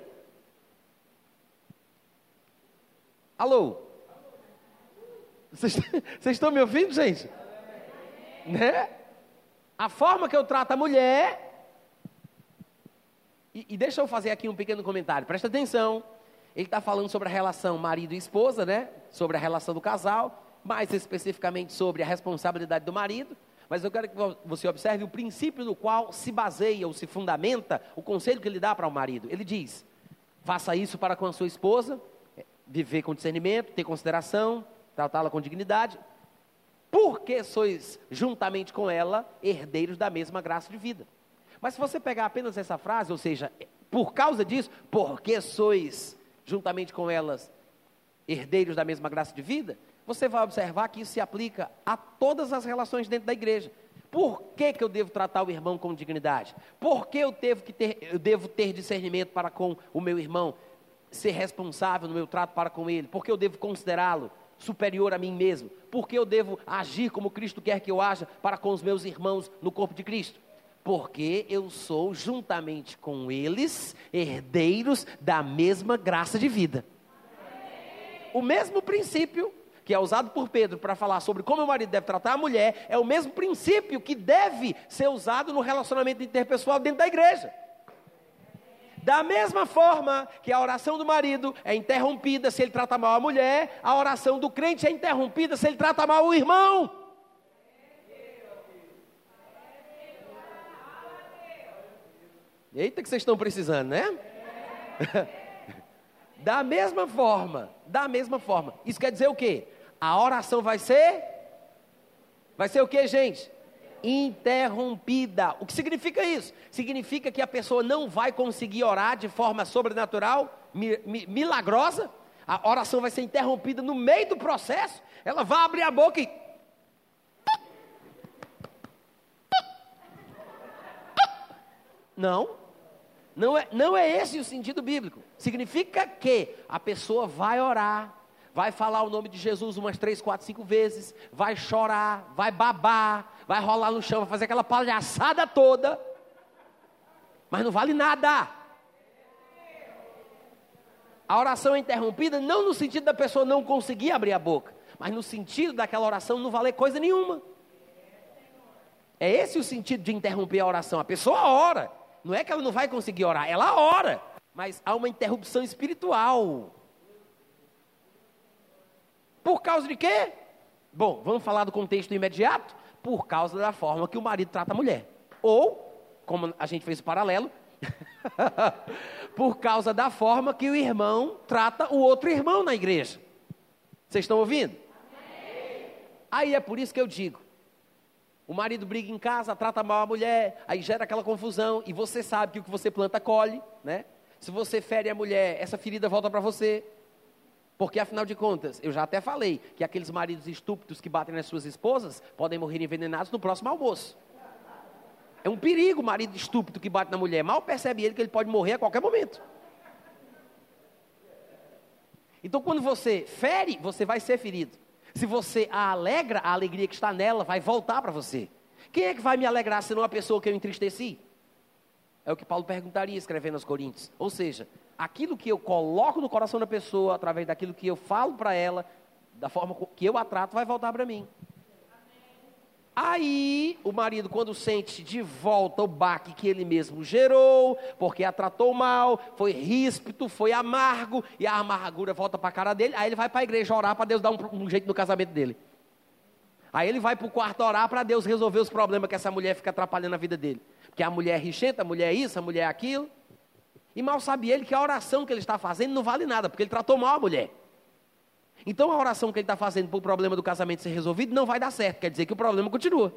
Alô? Vocês estão me ouvindo, gente? Né? A forma que eu trato a mulher... E deixa eu fazer aqui um pequeno comentário, presta atenção. Ele está falando sobre a relação marido e esposa, né? Sobre a relação do casal, mais especificamente sobre a responsabilidade do marido. Mas eu quero que você observe o princípio no qual se baseia ou se fundamenta o conselho que ele dá para o marido. Ele diz: faça isso para com a sua esposa, viver com discernimento, ter consideração, tratá-la com dignidade, porque sois juntamente com ela herdeiros da mesma graça de vida. Mas se você pegar apenas essa frase, ou seja, por causa disso, porque sois juntamente com elas herdeiros da mesma graça de vida, você vai observar que isso se aplica a todas as relações dentro da igreja. Por que eu devo tratar o irmão com dignidade? Por que eu devo ter discernimento para com o meu irmão, ser responsável no meu trato para com ele? Por que eu devo considerá-lo superior a mim mesmo? Por que eu devo agir como Cristo quer que eu haja para com os meus irmãos no corpo de Cristo? Porque eu sou, juntamente com eles, herdeiros da mesma graça de vida. O mesmo princípio que é usado por Pedro para falar sobre como o marido deve tratar a mulher, é o mesmo princípio que deve ser usado no relacionamento interpessoal dentro da igreja. Da mesma forma que a oração do marido é interrompida se ele trata mal a mulher, a oração do crente é interrompida se ele trata mal o irmão. Eita, que vocês estão precisando, né? Da mesma forma. Isso quer dizer o quê? A oração vai ser o quê, gente? Interrompida. O que significa isso? Significa que a pessoa não vai conseguir orar de forma sobrenatural, milagrosa. A oração vai ser interrompida no meio do processo. Ela vai abrir a boca e... Não é esse o sentido bíblico. Significa que a pessoa vai orar, vai falar o nome de Jesus umas 3, 4, 5 vezes, vai chorar, vai babar, vai rolar no chão, vai fazer aquela palhaçada toda, mas não vale nada. A oração é interrompida não no sentido da pessoa não conseguir abrir a boca, mas no sentido daquela oração não valer coisa nenhuma. É esse o sentido de interromper a oração. A pessoa ora. Não é que ela não vai conseguir orar, ela ora, mas há uma interrupção espiritual. Por causa de quê? Bom, vamos falar do contexto imediato. Por causa da forma que o marido trata a mulher. Ou, como a gente fez o paralelo, por causa da forma que o irmão trata o outro irmão na igreja. Vocês estão ouvindo? Aí é por isso que eu digo, o marido briga em casa, trata mal a mulher, aí gera aquela confusão, e você sabe que o que você planta colhe, né? Se você fere a mulher, essa ferida volta para você. Porque afinal de contas, eu já até falei, que aqueles maridos estúpidos que batem nas suas esposas, podem morrer envenenados no próximo almoço. É um perigo o marido estúpido que bate na mulher, mal percebe ele que ele pode morrer a qualquer momento. Então quando você fere, você vai ser ferido. Se você a alegra, a alegria que está nela vai voltar para você. Quem é que vai me alegrar senão a pessoa que eu entristeci? É o que Paulo perguntaria escrevendo aos Coríntios. Ou seja, aquilo que eu coloco no coração da pessoa, através daquilo que eu falo para ela, da forma que eu a trato, vai voltar para mim. Aí, o marido, quando sente de volta o baque que ele mesmo gerou, porque a tratou mal, foi ríspido, foi amargo, e a amargura volta para a cara dele, aí ele vai para a igreja orar para Deus dar um jeito no casamento dele. Aí ele vai para o quarto orar para Deus resolver os problemas que essa mulher fica atrapalhando a vida dele. Porque a mulher é richenta, a mulher é isso, a mulher é aquilo. E mal sabe ele que a oração que ele está fazendo não vale nada, porque ele tratou mal a mulher. Então a oração que ele está fazendo para o problema do casamento ser resolvido não vai dar certo, quer dizer que o problema continua.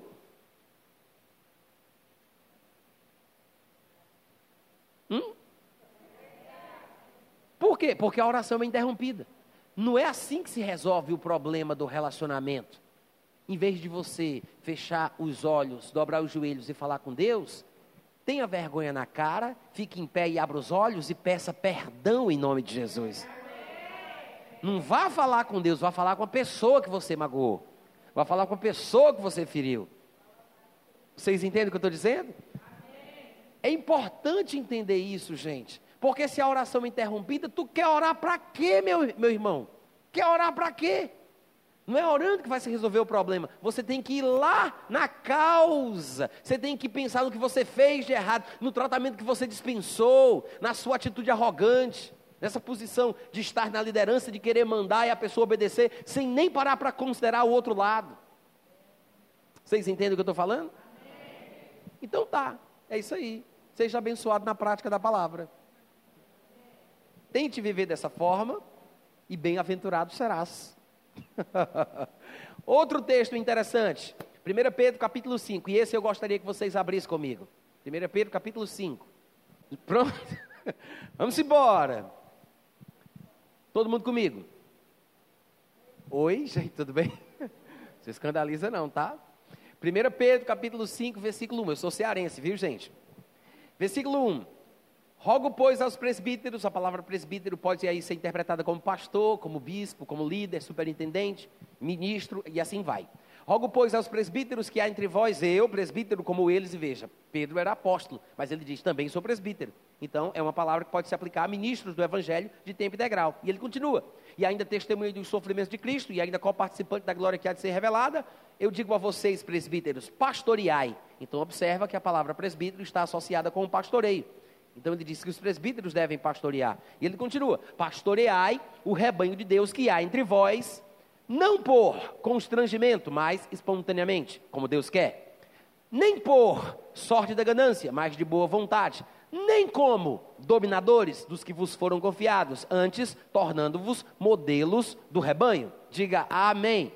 Por quê? Porque a oração é interrompida. Não é assim que se resolve o problema do relacionamento. Em vez de você fechar os olhos, dobrar os joelhos e falar com Deus, tenha vergonha na cara, fique em pé e abra os olhos e peça perdão em nome de Jesus. Não vá falar com Deus, vá falar com a pessoa que você magoou. Vá falar com a pessoa que você feriu. Vocês entendem o que eu estou dizendo? É importante entender isso, gente. Porque se a oração é interrompida, tu quer orar para quê, meu irmão? Quer orar para quê? Não é orando que vai se resolver o problema. Você tem que ir lá na causa. Você tem que pensar no que você fez de errado, no tratamento que você dispensou, na sua atitude arrogante, nessa posição de estar na liderança, de querer mandar e a pessoa obedecer, sem nem parar para considerar o outro lado. Vocês entendem o que eu estou falando? Então tá, é isso aí. Seja abençoado na prática da palavra. Tente viver dessa forma e bem-aventurado serás. Outro texto interessante, 1 Pedro capítulo 5, e esse eu gostaria que vocês abrissem comigo. 1 Pedro capítulo 5. Pronto? Vamos embora. Todo mundo comigo? Oi, gente, tudo bem? Não se escandaliza não, tá? 1 Pedro capítulo 5, versículo 1. Eu sou cearense, viu, gente? Versículo 1. Rogo, pois, aos presbíteros, a palavra presbítero pode aí ser interpretada como pastor, como bispo, como líder, superintendente, ministro, e assim vai. Rogo, pois, aos presbíteros que há entre vós, eu, presbítero, como eles, e veja, Pedro era apóstolo, mas ele diz, também sou presbítero. Então, é uma palavra que pode se aplicar a ministros do evangelho de tempo integral. E ele continua, e ainda testemunha dos sofrimentos de Cristo, e ainda co-participante da glória que há de ser revelada, eu digo a vocês, presbíteros, pastoreai. Então, observa que a palavra presbítero está associada com o pastoreio. Então ele diz que os presbíteros devem pastorear. E ele continua, pastoreai o rebanho de Deus que há entre vós, não por constrangimento, mas espontaneamente, como Deus quer. Nem por sorte da ganância, mas de boa vontade. Nem como dominadores dos que vos foram confiados, antes tornando-vos modelos do rebanho. Diga amém.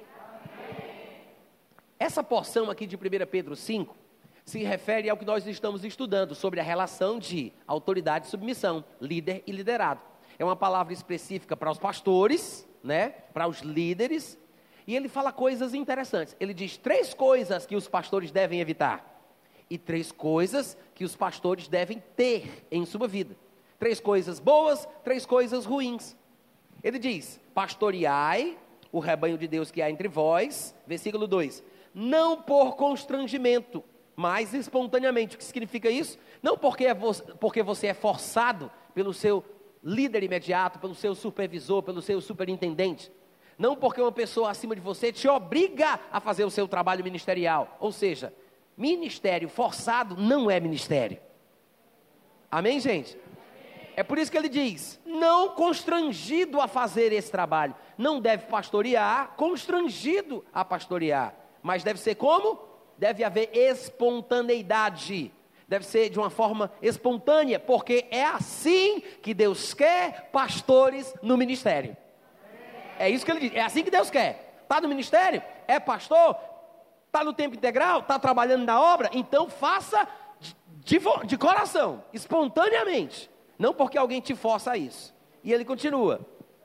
Essa porção aqui de 1 Pedro 5, se refere ao que nós estamos estudando sobre a relação de autoridade e submissão, líder e liderado. É uma palavra específica para os pastores, né? Para os líderes, e ele fala coisas interessantes. Ele diz 3 coisas que os pastores devem evitar, e 3 coisas que os pastores devem ter em sua vida. 3 coisas boas, 3 coisas ruins. Ele diz, pastoreai o rebanho de Deus que há entre vós, versículo 2, não por constrangimento, mas espontaneamente. O que significa isso? Não porque você é forçado pelo seu líder imediato, pelo seu supervisor, pelo seu superintendente. Não porque uma pessoa acima de você te obriga a fazer o seu trabalho ministerial. Ou seja, ministério forçado não é ministério. Amém, gente? É por isso que ele diz, não constrangido a fazer esse trabalho. Não deve pastorear, constrangido a pastorear. Mas deve ser como? Deve haver espontaneidade, deve ser de uma forma espontânea, porque é assim que Deus quer pastores no ministério. É isso que ele diz, é assim que Deus quer. Está no ministério? É pastor? Está no tempo integral? Está trabalhando na obra? Então faça de coração, espontaneamente, não porque alguém te força a isso. E ele continua,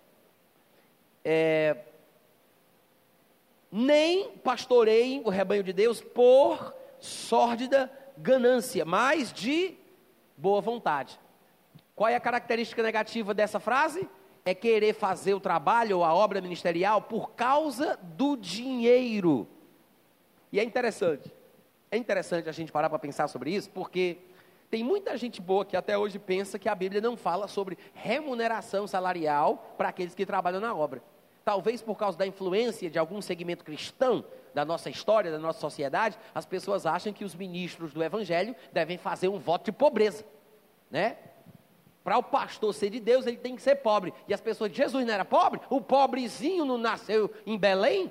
nem pastoreiem o rebanho de Deus por sórdida ganância, mas de boa vontade. Qual é a característica negativa dessa frase? É querer fazer o trabalho ou a obra ministerial por causa do dinheiro. E é interessante a gente parar para pensar sobre isso, porque tem muita gente boa que até hoje pensa que a Bíblia não fala sobre remuneração salarial para aqueles que trabalham na obra. Talvez por causa da influência de algum segmento cristão da nossa história, da nossa sociedade, as pessoas acham que os ministros do evangelho devem fazer um voto de pobreza, né? Para o pastor ser de Deus, ele tem que ser pobre. E as pessoas dizem, Jesus não era pobre? O pobrezinho não nasceu em Belém?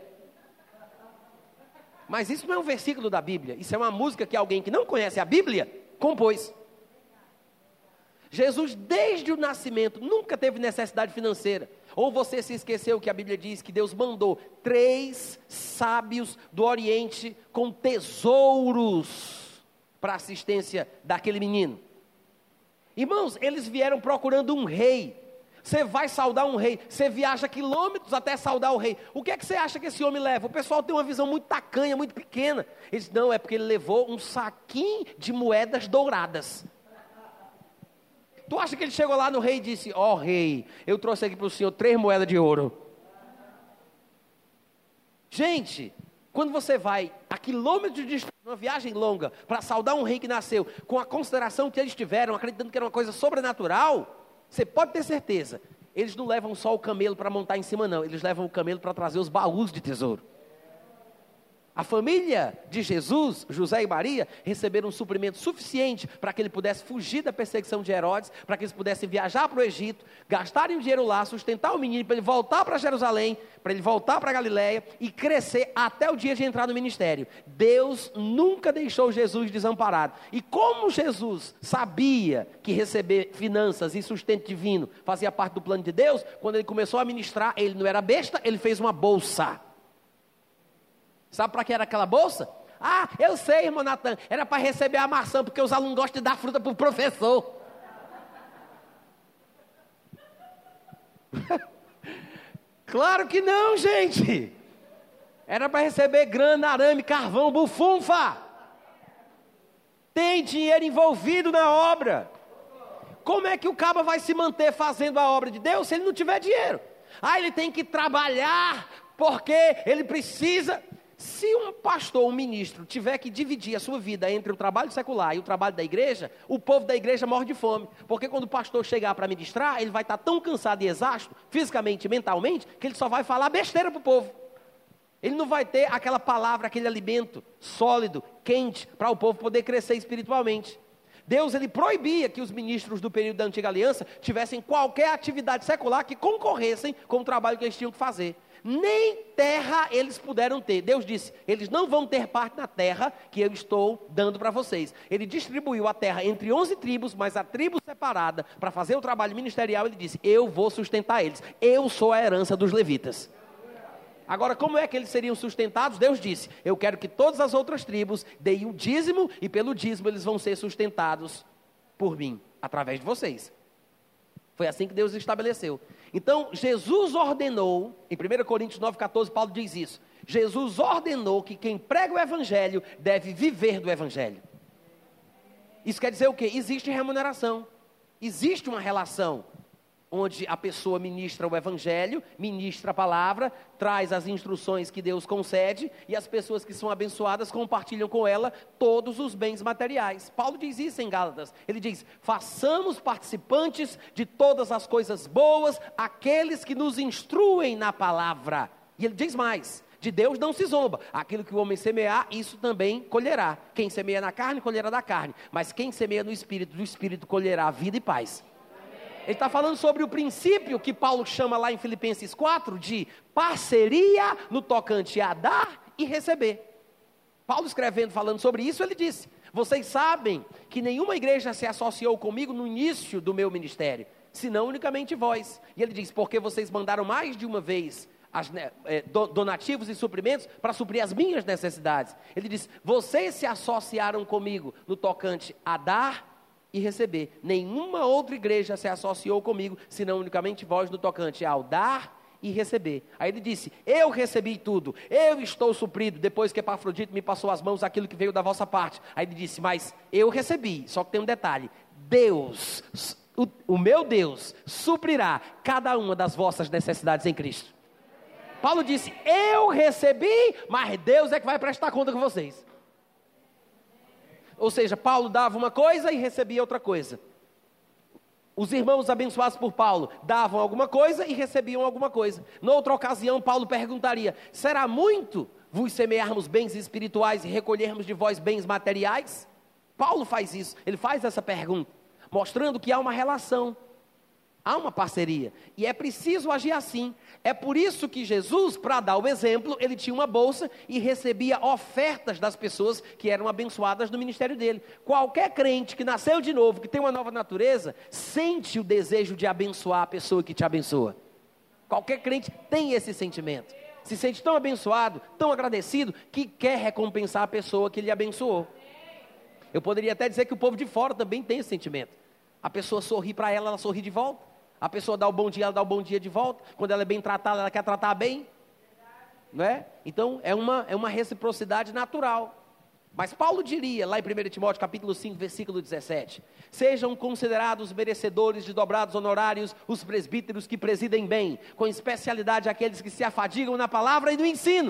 Mas isso não é um versículo da Bíblia, isso é uma música que alguém que não conhece a Bíblia compôs. Jesus, desde o nascimento, nunca teve necessidade financeira. Ou você se esqueceu que a Bíblia diz que Deus mandou 3 sábios do Oriente com tesouros para a assistência daquele menino. Irmãos, eles vieram procurando um rei. Você vai saudar um rei, você viaja quilômetros até saudar o rei. O que é que você acha que esse homem leva? O pessoal tem uma visão muito tacanha, muito pequena. Eles, não, é porque ele levou um saquinho de moedas douradas. Tu acha que ele chegou lá no rei e disse, ó rei, eu trouxe aqui para o senhor 3 moedas de ouro. Gente, quando você vai a quilômetros de distância, uma viagem longa, para saudar um rei que nasceu, com a consideração que eles tiveram, acreditando que era uma coisa sobrenatural, você pode ter certeza, eles não levam só o camelo para montar em cima não, eles levam o camelo para trazer os baús de tesouro. A família de Jesus, José e Maria, receberam um suprimento suficiente para que ele pudesse fugir da perseguição de Herodes, para que eles pudessem viajar para o Egito, gastarem o dinheiro lá, sustentar o menino, para ele voltar para Jerusalém, para ele voltar para Galiléia e crescer até o dia de entrar no ministério. Deus nunca deixou Jesus desamparado. E como Jesus sabia que receber finanças e sustento divino fazia parte do plano de Deus, quando ele começou a ministrar, ele não era besta, ele fez uma bolsa. Sabe para que era aquela bolsa? Ah, eu sei, irmão Natan, era para receber a maçã, porque os alunos gostam de dar fruta para o professor. Claro que não, gente. Era para receber grana, arame, carvão, bufunfa. Tem dinheiro envolvido na obra. Como é que o cabo vai se manter fazendo a obra de Deus se ele não tiver dinheiro? Ah, ele tem que trabalhar, porque ele precisa... Se um pastor, um ministro, tiver que dividir a sua vida entre o trabalho secular e o trabalho da igreja, o povo da igreja morre de fome. Porque quando o pastor chegar para ministrar, ele vai estar tão cansado e exausto, fisicamente e mentalmente, que ele só vai falar besteira para o povo. Ele não vai ter aquela palavra, aquele alimento sólido, quente, para o povo poder crescer espiritualmente. Deus, ele proibia que os ministros do período da antiga aliança tivessem qualquer atividade secular que concorressem com o trabalho que eles tinham que fazer. Nem terra eles puderam ter. Deus disse, eles não vão ter parte na terra que eu estou dando para vocês. Ele distribuiu a terra entre 11 tribos, mas a tribo separada, para fazer o trabalho ministerial, ele disse, eu vou sustentar eles. Eu sou a herança dos levitas. Agora, como é que eles seriam sustentados? Deus disse, eu quero que todas as outras tribos deem o dízimo, e pelo dízimo eles vão ser sustentados por mim, através de vocês. Foi assim que Deus estabeleceu. Então, Jesus ordenou, em 1 Coríntios 9,14, Paulo diz isso. Jesus ordenou que quem prega o evangelho deve viver do evangelho. Isso quer dizer o quê? Existe remuneração. Existe uma relação onde a pessoa ministra o evangelho, ministra a palavra, traz as instruções que Deus concede, e as pessoas que são abençoadas compartilham com ela todos os bens materiais. Paulo diz isso em Gálatas, ele diz, façamos participantes de todas as coisas boas, aqueles que nos instruem na palavra. E ele diz mais, de Deus não se zomba, aquilo que o homem semear, isso também colherá. Quem semeia na carne, colherá da carne, mas quem semeia no Espírito, do Espírito colherá vida e paz. Ele está falando sobre o princípio que Paulo chama lá em Filipenses 4, de parceria no tocante a dar e receber. Paulo escrevendo, falando sobre isso, ele disse, vocês sabem que nenhuma igreja se associou comigo no início do meu ministério, senão unicamente vós. E ele diz, porque vocês mandaram mais de uma vez donativos e suprimentos para suprir as minhas necessidades. Ele diz, vocês se associaram comigo no tocante a dar e receber. Nenhuma outra igreja se associou comigo, senão unicamente vós no tocante ao dar e receber. Aí ele disse, eu recebi tudo, eu estou suprido, depois que Epafrodito me passou as mãos aquilo que veio da vossa parte. Aí ele disse, mas eu recebi, só que tem um detalhe, Deus, o meu Deus, suprirá cada uma das vossas necessidades em Cristo. Paulo disse, eu recebi, mas Deus é que vai prestar conta com vocês. Ou seja, Paulo dava uma coisa e recebia outra coisa. Os irmãos abençoados por Paulo davam alguma coisa e recebiam alguma coisa. Noutra ocasião, Paulo perguntaria, será muito vos semearmos bens espirituais e recolhermos de vós bens materiais? Paulo faz isso, ele faz essa pergunta, mostrando que há uma relação. Há uma parceria. E é preciso agir assim. É por isso que Jesus, para dar o exemplo, ele tinha uma bolsa e recebia ofertas das pessoas que eram abençoadas no ministério dele. Qualquer crente que nasceu de novo, que tem uma nova natureza, sente o desejo de abençoar a pessoa que te abençoa. Qualquer crente tem esse sentimento. Se sente tão abençoado, tão agradecido, que quer recompensar a pessoa que lhe abençoou. Eu poderia até dizer que o povo de fora também tem esse sentimento. A pessoa sorri para ela, ela sorri de volta. A pessoa dá o bom dia, ela dá o bom dia de volta. Quando ela é bem tratada, ela quer tratar bem. Não é? Então, é uma reciprocidade natural. Mas Paulo diria, lá em 1 Timóteo capítulo 5, versículo 17, sejam considerados merecedores de dobrados honorários os presbíteros que presidem bem, com especialidade aqueles que se afadigam na palavra e no ensino.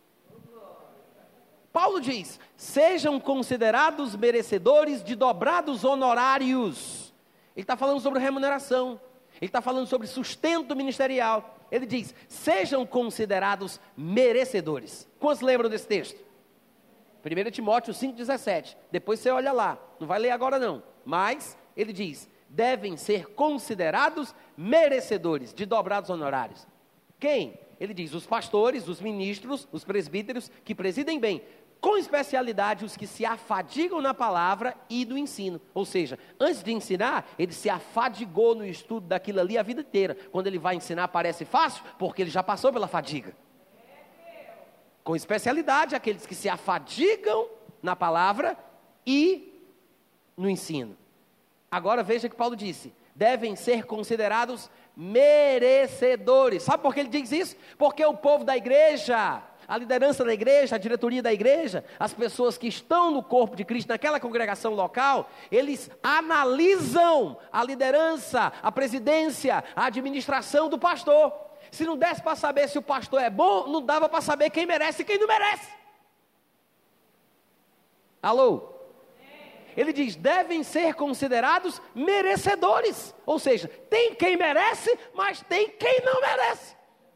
Paulo diz, sejam considerados merecedores de dobrados honorários. Ele está falando sobre remuneração. Ele está falando sobre sustento ministerial. Ele diz, sejam considerados merecedores. Quantos lembram desse texto? 1 Timóteo 5,17. Depois você olha lá. Não vai ler agora não. Mas, ele diz, devem ser considerados merecedores de dobrados honorários. Quem? Ele diz, os pastores, os ministros, os presbíteros que presidem bem. Com especialidade os que se afadigam na palavra e do ensino. Ou seja, antes de ensinar, ele se afadigou no estudo daquilo ali a vida inteira. Quando ele vai ensinar parece fácil, porque ele já passou pela fadiga. Com especialidade aqueles que se afadigam na palavra e no ensino. Agora veja que Paulo disse, devem ser considerados merecedores. Sabe por que ele diz isso? Porque o povo da igreja, a liderança da igreja, a diretoria da igreja, as pessoas que estão no corpo de Cristo, naquela congregação local, eles analisam a liderança, a presidência, a administração do pastor. Se não desse para saber se o pastor é bom, não dava para saber quem merece e quem não merece. Alô? Ele diz, devem ser considerados merecedores. Ou seja, tem quem merece, mas tem quem não merece.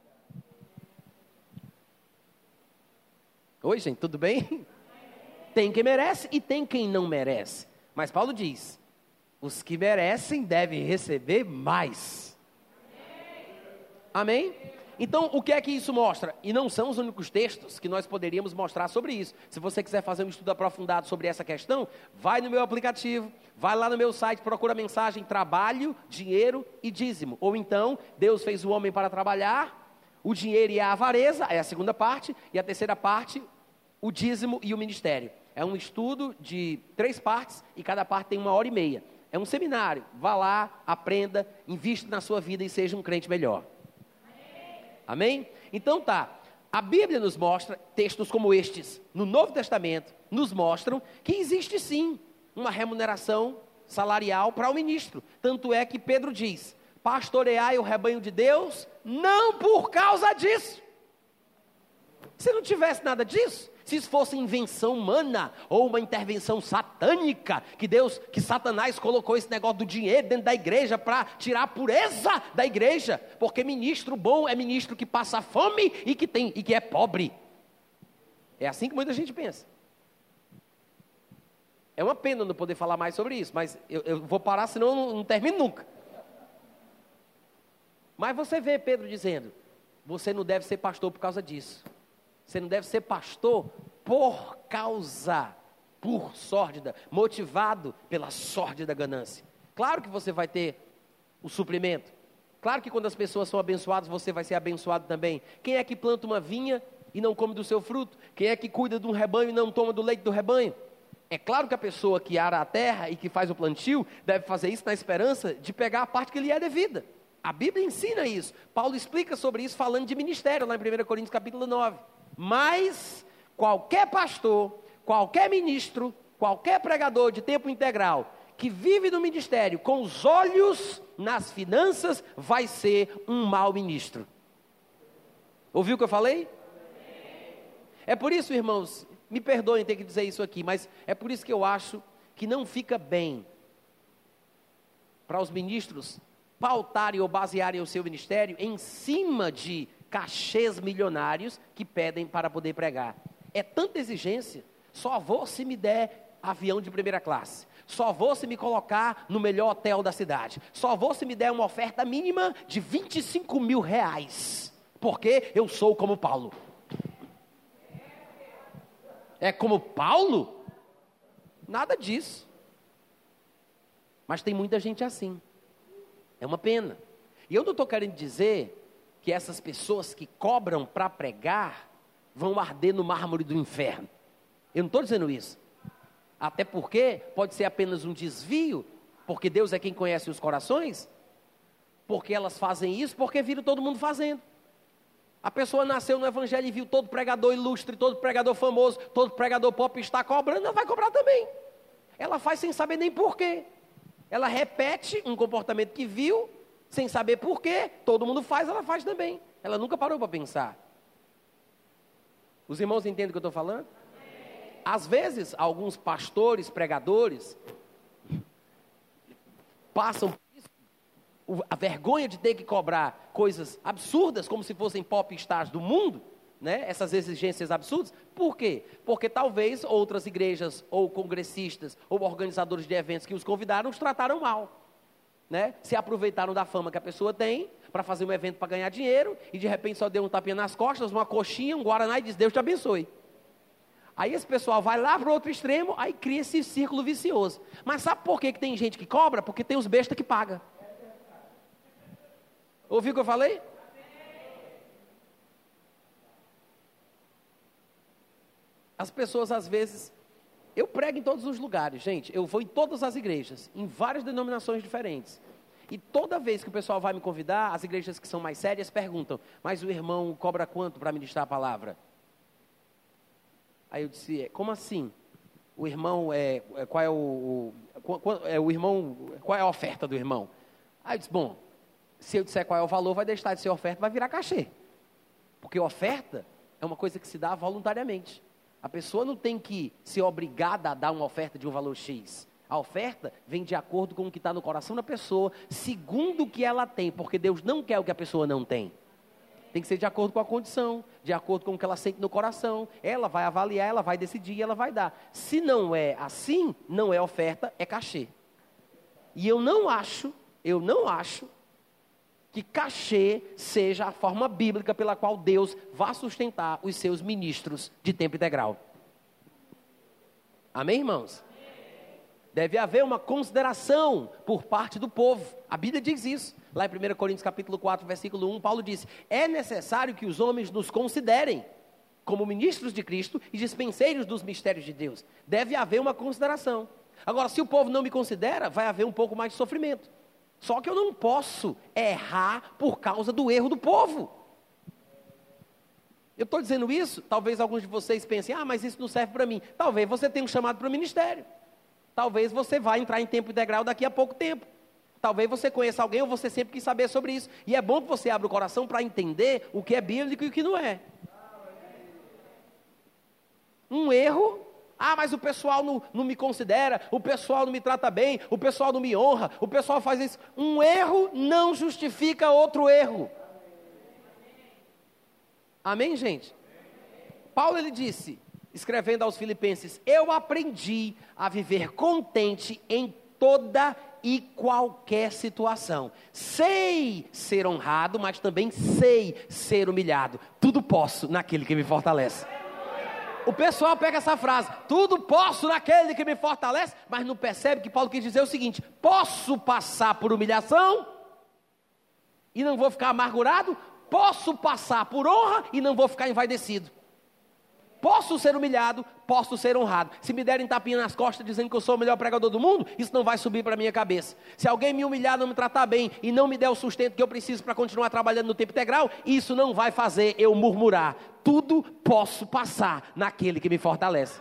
Oi, gente, tudo bem? Tem quem merece e tem quem não merece. Mas Paulo diz, os que merecem devem receber mais. Amém? Então, o que é que isso mostra? E não são os únicos textos que nós poderíamos mostrar sobre isso. Se você quiser fazer um estudo aprofundado sobre essa questão, vai no meu aplicativo, vai lá no meu site, procura a mensagem trabalho, dinheiro e dízimo. Ou então, Deus fez o homem para trabalhar, o dinheiro e a avareza, é a segunda parte, e a terceira parte, o dízimo e o ministério. É um estudo de 3 partes e cada parte tem 1h30. É um seminário, vá lá, aprenda, invista na sua vida e seja um crente melhor. Amém? Então tá, a Bíblia nos mostra, textos como estes, no Novo Testamento, nos mostram que existe sim uma remuneração salarial para o ministro. Tanto é que Pedro diz, pastoreai o rebanho de Deus, não por causa disso. Se não tivesse nada disso, se isso fosse invenção humana ou uma intervenção satânica, que Satanás colocou esse negócio do dinheiro dentro da igreja para tirar a pureza da igreja, porque ministro bom é ministro que passa fome e que é pobre. É assim que muita gente pensa. É uma pena não poder falar mais sobre isso, mas eu vou parar, senão eu não termino nunca. Mas você vê Pedro dizendo, você não deve ser pastor por causa disso. Você não deve ser pastor por sórdida, motivado pela sórdida ganância. Claro que você vai ter o suprimento. Claro que quando as pessoas são abençoadas, você vai ser abençoado também. Quem é que planta uma vinha e não come do seu fruto? Quem é que cuida de um rebanho e não toma do leite do rebanho? É claro que a pessoa que ara a terra e que faz o plantio, deve fazer isso na esperança de pegar a parte que lhe é devida. A Bíblia ensina isso. Paulo explica sobre isso falando de ministério, lá em 1 Coríntios capítulo 9. Mas qualquer pastor, qualquer ministro, qualquer pregador de tempo integral que vive no ministério com os olhos nas finanças, vai ser um mau ministro. Ouviu o que eu falei? É por isso, irmãos, me perdoem ter que dizer isso aqui, mas é por isso que eu acho que não fica bem para os ministros pautarem ou basearem o seu ministério em cima de cachês milionários que pedem para poder pregar. É tanta exigência, só vou se me der avião de primeira classe. Só vou se me colocar no melhor hotel da cidade. Só vou se me der uma oferta mínima de 25 mil reais. Porque eu sou como Paulo. É como Paulo? Nada disso. Mas tem muita gente assim. É uma pena. E eu não estou querendo dizer que essas pessoas que cobram para pregar vão arder no mármore do inferno. Eu não estou dizendo isso. Até porque pode ser apenas um desvio, porque Deus é quem conhece os corações, porque elas fazem isso porque viram todo mundo fazendo. A pessoa nasceu no evangelho e viu todo pregador ilustre, todo pregador famoso, todo pregador pop está cobrando, ela vai cobrar também. Ela faz sem saber nem porquê. Ela repete um comportamento que viu, sem saber porquê, todo mundo faz, ela faz também. Ela nunca parou para pensar. Os irmãos entendem o que eu estou falando? Às vezes, alguns pastores, pregadores, passam a vergonha de ter que cobrar coisas absurdas, como se fossem popstars do mundo, né? Essas exigências absurdas. Por quê? Porque talvez outras igrejas, ou congressistas, ou organizadores de eventos que os convidaram, os trataram mal, né? Se aproveitaram da fama que a pessoa tem, para fazer um evento para ganhar dinheiro, e de repente só deu um tapinha nas costas, uma coxinha, um guaraná, e diz, Deus te abençoe. Aí esse pessoal vai lá para o outro extremo, aí cria esse círculo vicioso. Mas sabe por que tem gente que cobra? Porque tem os bestas que pagam. Ouviu o que eu falei? As pessoas às vezes... Eu prego em todos os lugares, gente. Eu vou em todas as igrejas, em várias denominações diferentes. E toda vez que o pessoal vai me convidar, as igrejas que são mais sérias perguntam, mas o irmão cobra quanto para ministrar a palavra? Aí eu disse, como assim? O irmão, qual é a oferta do irmão? Aí eu disse, bom, se eu disser qual é o valor, vai deixar de ser oferta, vai virar cachê. Porque oferta é uma coisa que se dá voluntariamente. A pessoa não tem que ser obrigada a dar uma oferta de um valor X. A oferta vem de acordo com o que está no coração da pessoa, segundo o que ela tem, porque Deus não quer o que a pessoa não tem. Tem que ser de acordo com a condição, de acordo com o que ela sente no coração. Ela vai avaliar, ela vai decidir, ela vai dar. Se não é assim, não é oferta, é cachê. E eu não acho que cachê seja a forma bíblica pela qual Deus vai sustentar os seus ministros de tempo integral. Amém, irmãos? Deve haver uma consideração por parte do povo. A Bíblia diz isso. Lá em 1 Coríntios capítulo 4, versículo 1, Paulo disse, é necessário que os homens nos considerem como ministros de Cristo e dispenseiros dos mistérios de Deus. Deve haver uma consideração. Agora, se o povo não me considera, vai haver um pouco mais de sofrimento. Só que eu não posso errar por causa do erro do povo. Eu estou dizendo isso, talvez alguns de vocês pensem, mas isso não serve para mim. Talvez você tenha um chamado para o ministério. Talvez você vá entrar em tempo integral daqui a pouco tempo. Talvez você conheça alguém ou você sempre quis saber sobre isso. E é bom que você abra o coração para entender o que é bíblico e o que não é. Um erro, mas o pessoal não me considera, o pessoal não me trata bem, o pessoal não me honra, o pessoal faz isso. Um erro não justifica outro erro. Amém, gente? Paulo, ele disse, escrevendo aos Filipenses, eu aprendi a viver contente em toda e qualquer situação. Sei ser honrado, mas também sei ser humilhado. Tudo posso naquele que me fortalece. O pessoal pega essa frase, tudo posso naquele que me fortalece, mas não percebe que Paulo quis dizer o seguinte, posso passar por humilhação e não vou ficar amargurado? Posso passar por honra e não vou ficar envaidecido. Posso ser humilhado, posso ser honrado. Se me derem tapinha nas costas dizendo que eu sou o melhor pregador do mundo, isso não vai subir para a minha cabeça. Se alguém me humilhar, não me tratar bem e não me der o sustento que eu preciso para continuar trabalhando no tempo integral, isso não vai fazer eu murmurar. Tudo posso passar naquele que me fortalece.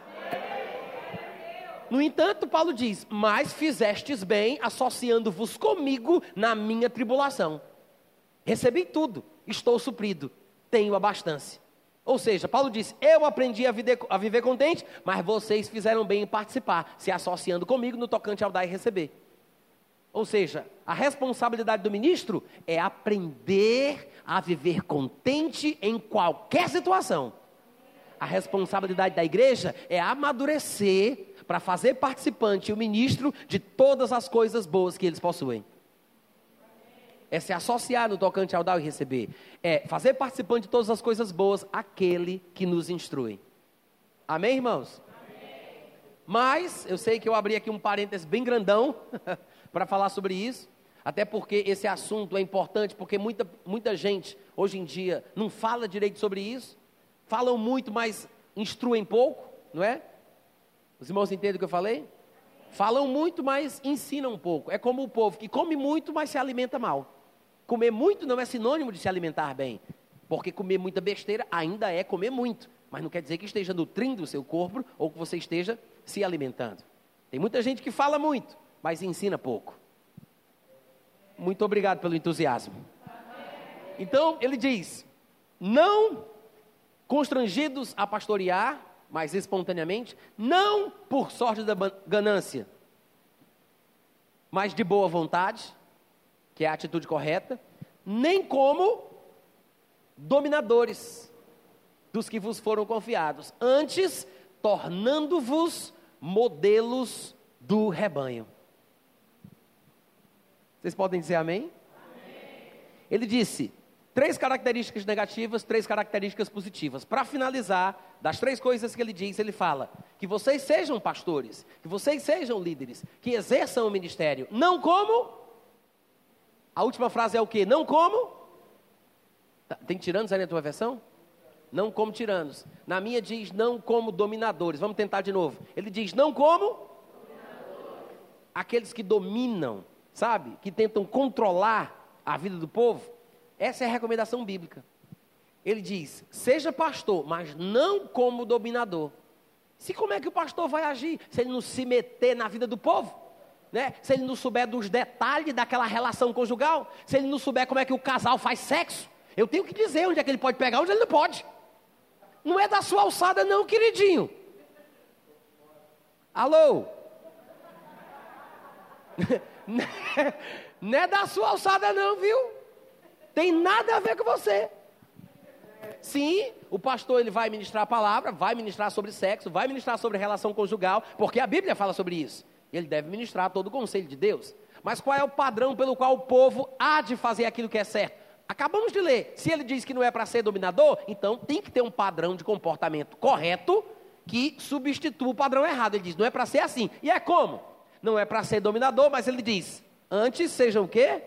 No entanto, Paulo diz, mas fizestes bem associando-vos comigo na minha tribulação. Recebi tudo, estou suprido, tenho abastança. Ou seja, Paulo disse, eu aprendi a viver contente, mas vocês fizeram bem em participar, se associando comigo no tocante ao dar e receber. Ou seja, a responsabilidade do ministro é aprender a viver contente em qualquer situação. A responsabilidade da igreja é amadurecer para fazer participante o ministro de todas as coisas boas que eles possuem. É se associar no tocante ao dar e receber. É fazer participante de todas as coisas boas aquele que nos instrui. Amém, irmãos? Amém. Mas, eu sei que eu abri aqui um parênteses bem grandão para falar sobre isso. Até porque esse assunto é importante, porque muita gente, hoje em dia, não fala direito sobre isso. Falam muito, mas instruem pouco, não é? Os irmãos entendem o que eu falei? Falam muito, mas ensinam um pouco. É como o povo que come muito, mas se alimenta mal. Comer muito não é sinônimo de se alimentar bem, porque comer muita besteira ainda é comer muito, mas não quer dizer que esteja nutrindo o seu corpo ou que você esteja se alimentando. Tem muita gente que fala muito, mas ensina pouco. Muito obrigado pelo entusiasmo. Então, ele diz, não constrangidos a pastorear, mas espontaneamente, não por sorte da ganância, mas de boa vontade, que é a atitude correta, nem como dominadores dos que vos foram confiados, antes tornando-vos modelos do rebanho. Vocês podem dizer amém? Amém. Ele disse 3 características negativas, 3 características positivas. Para finalizar, das 3 coisas que ele diz, ele fala que vocês sejam pastores, que vocês sejam líderes, que exerçam o ministério, não como... A última frase é o quê? Não como? Tem tiranos aí na tua versão? Não como tiranos. Na minha diz não como dominadores. Vamos tentar de novo. Ele diz não como? Dominadores. Aqueles que dominam, sabe? Que tentam controlar a vida do povo. Essa é a recomendação bíblica. Ele diz, seja pastor, mas não como dominador. Como é que o pastor vai agir? Se ele não se meter na vida do povo? Né? Se ele não souber dos detalhes daquela relação conjugal, se ele não souber como é que o casal faz sexo, eu tenho que dizer onde é que ele pode pegar, onde ele não pode. Não é da sua alçada não, queridinho. Alô? Não é da sua alçada não, viu? Tem nada a ver com você. Sim, o pastor ele vai ministrar a palavra, vai ministrar sobre sexo, vai ministrar sobre relação conjugal, porque a Bíblia fala sobre isso. Ele deve ministrar todo o conselho de Deus. Mas qual é o padrão pelo qual o povo há de fazer aquilo que é certo? Acabamos de ler. Se ele diz que não é para ser dominador, então tem que ter um padrão de comportamento correto que substitua o padrão errado. Ele diz, não é para ser assim. E é como? Não é para ser dominador, mas ele diz, antes sejam o quê?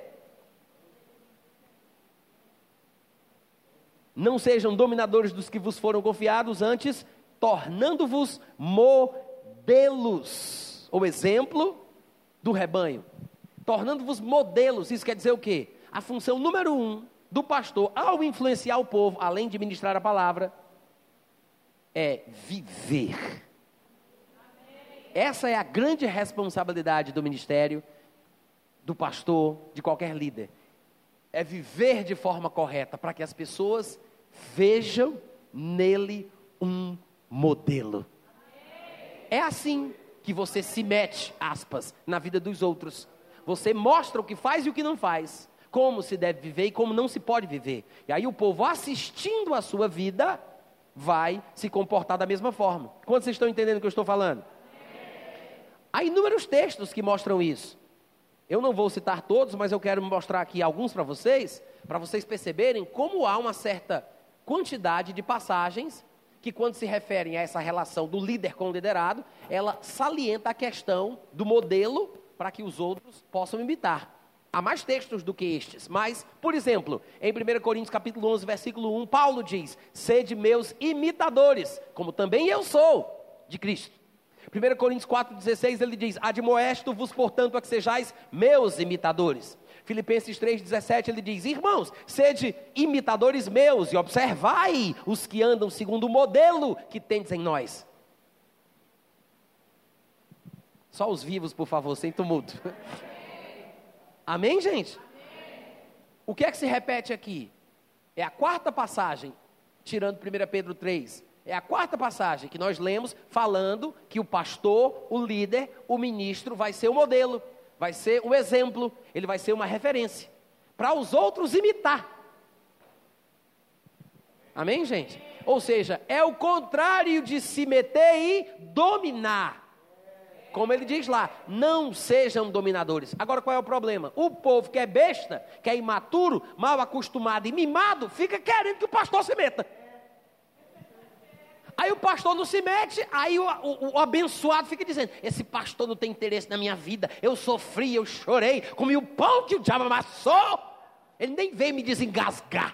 Não sejam dominadores dos que vos foram confiados, antes tornando-vos modelos. O exemplo do rebanho, tornando-vos modelos. Isso quer dizer o quê? A função número 1 do pastor, ao influenciar o povo, além de ministrar a palavra, é viver. Essa é a grande responsabilidade do ministério, do pastor, de qualquer líder. É viver de forma correta, para que as pessoas vejam nele um modelo. É assim que você se mete, aspas, na vida dos outros. Você mostra o que faz e o que não faz, como se deve viver e como não se pode viver. E aí o povo, assistindo a sua vida, vai se comportar da mesma forma. Quantos vocês estão entendendo o que eu estou falando? Há inúmeros textos que mostram isso. Eu não vou citar todos, mas eu quero mostrar aqui alguns para vocês perceberem como há uma certa quantidade de passagens que, quando se referem a essa relação do líder com o liderado, ela salienta a questão do modelo para que os outros possam imitar. Há mais textos do que estes, mas, por exemplo, em 1 Coríntios capítulo 11, versículo 1, Paulo diz, sede meus imitadores, como também eu sou de Cristo. 1 Coríntios 4,16, ele diz, admoesto-vos, portanto, a que sejais meus imitadores. Filipenses 3,17, ele diz, irmãos, sede imitadores meus e observai os que andam segundo o modelo que tendes em nós. Só os vivos, por favor, sem tumulto. Amém, gente? Amém. O que é que se repete aqui? É a quarta passagem, tirando 1 Pedro 3. É a quarta passagem que nós lemos falando que o pastor, o líder, o ministro vai ser o modelo, vai ser o exemplo, ele vai ser uma referência para os outros imitar. Amém, gente? Ou seja, é o contrário de se meter e dominar. Como ele diz lá, não sejam dominadores. Agora qual é o problema? O povo que é besta, que é imaturo, mal acostumado e mimado, fica querendo que o pastor se meta. Aí o pastor não se mete, aí o abençoado fica dizendo, esse pastor não tem interesse na minha vida, eu sofri, eu chorei, comi o pão que o diabo amassou, ele nem veio me desengasgar.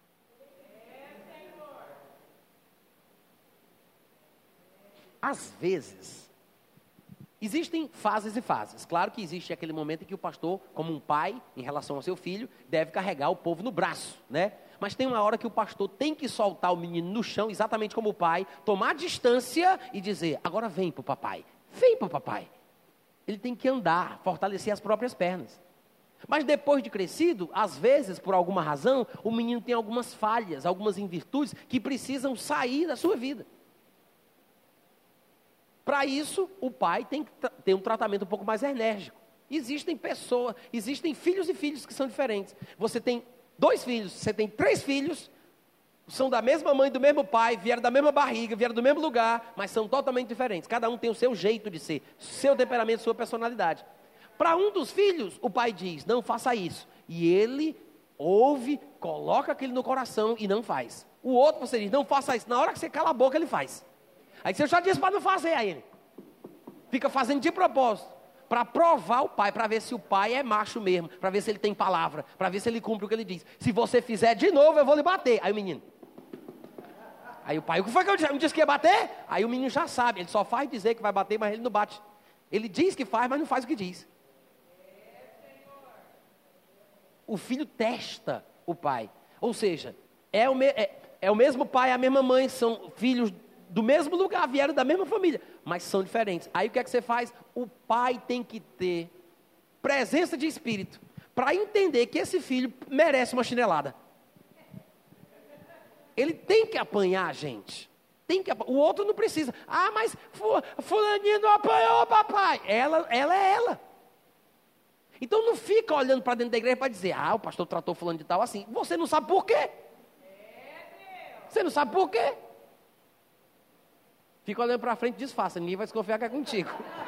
Às vezes, existem fases e fases. Claro que existe aquele momento em que o pastor, como um pai, em relação ao seu filho, deve carregar o povo no braço, né? Mas tem uma hora que o pastor tem que soltar o menino no chão, exatamente como o pai, tomar distância e dizer, agora vem para o papai, vem para o papai. Ele tem que andar, fortalecer as próprias pernas. Mas depois de crescido, às vezes, por alguma razão, o menino tem algumas falhas, algumas invirtudes que precisam sair da sua vida. Para isso, o pai tem que ter um tratamento um pouco mais enérgico. Existem pessoas, existem filhos e filhos que são diferentes. Você tem 2 filhos, você tem 3 filhos, são da mesma mãe, do mesmo pai, vieram da mesma barriga, vieram do mesmo lugar, mas são totalmente diferentes. Cada um tem o seu jeito de ser, seu temperamento, sua personalidade. Para um dos filhos, o pai diz, não faça isso. E ele ouve, coloca aquilo no coração e não faz. O outro, você diz, não faça isso. Na hora que você cala a boca, ele faz. Aí você já disse para não fazer, aí ele fica fazendo de propósito. Para provar o pai, para ver se o pai é macho mesmo, para ver se ele tem palavra, para ver se ele cumpre o que ele diz. Se você fizer de novo, eu vou lhe bater. Aí o menino. Aí o pai, o que foi que eu disse? Eu disse que ia bater? Aí o menino já sabe, ele só faz dizer que vai bater, mas ele não bate. Ele diz que faz, mas não faz o que diz. O filho testa o pai. Ou seja, é o mesmo pai, a mesma mãe, são filhos do mesmo lugar, vieram da mesma família, mas são diferentes. Aí o que é que você faz? O pai tem que ter presença de espírito para entender que esse filho merece uma chinelada. Ele tem que apanhar a gente. O outro não precisa. Ah, mas fulaninho não apanhou, papai. Ela é ela. Então não fica olhando para dentro da igreja para dizer, o pastor tratou fulano de tal assim. Você não sabe por quê. Você não sabe por quê. Fica olhando para frente e disfarça, ninguém vai desconfiar que é contigo.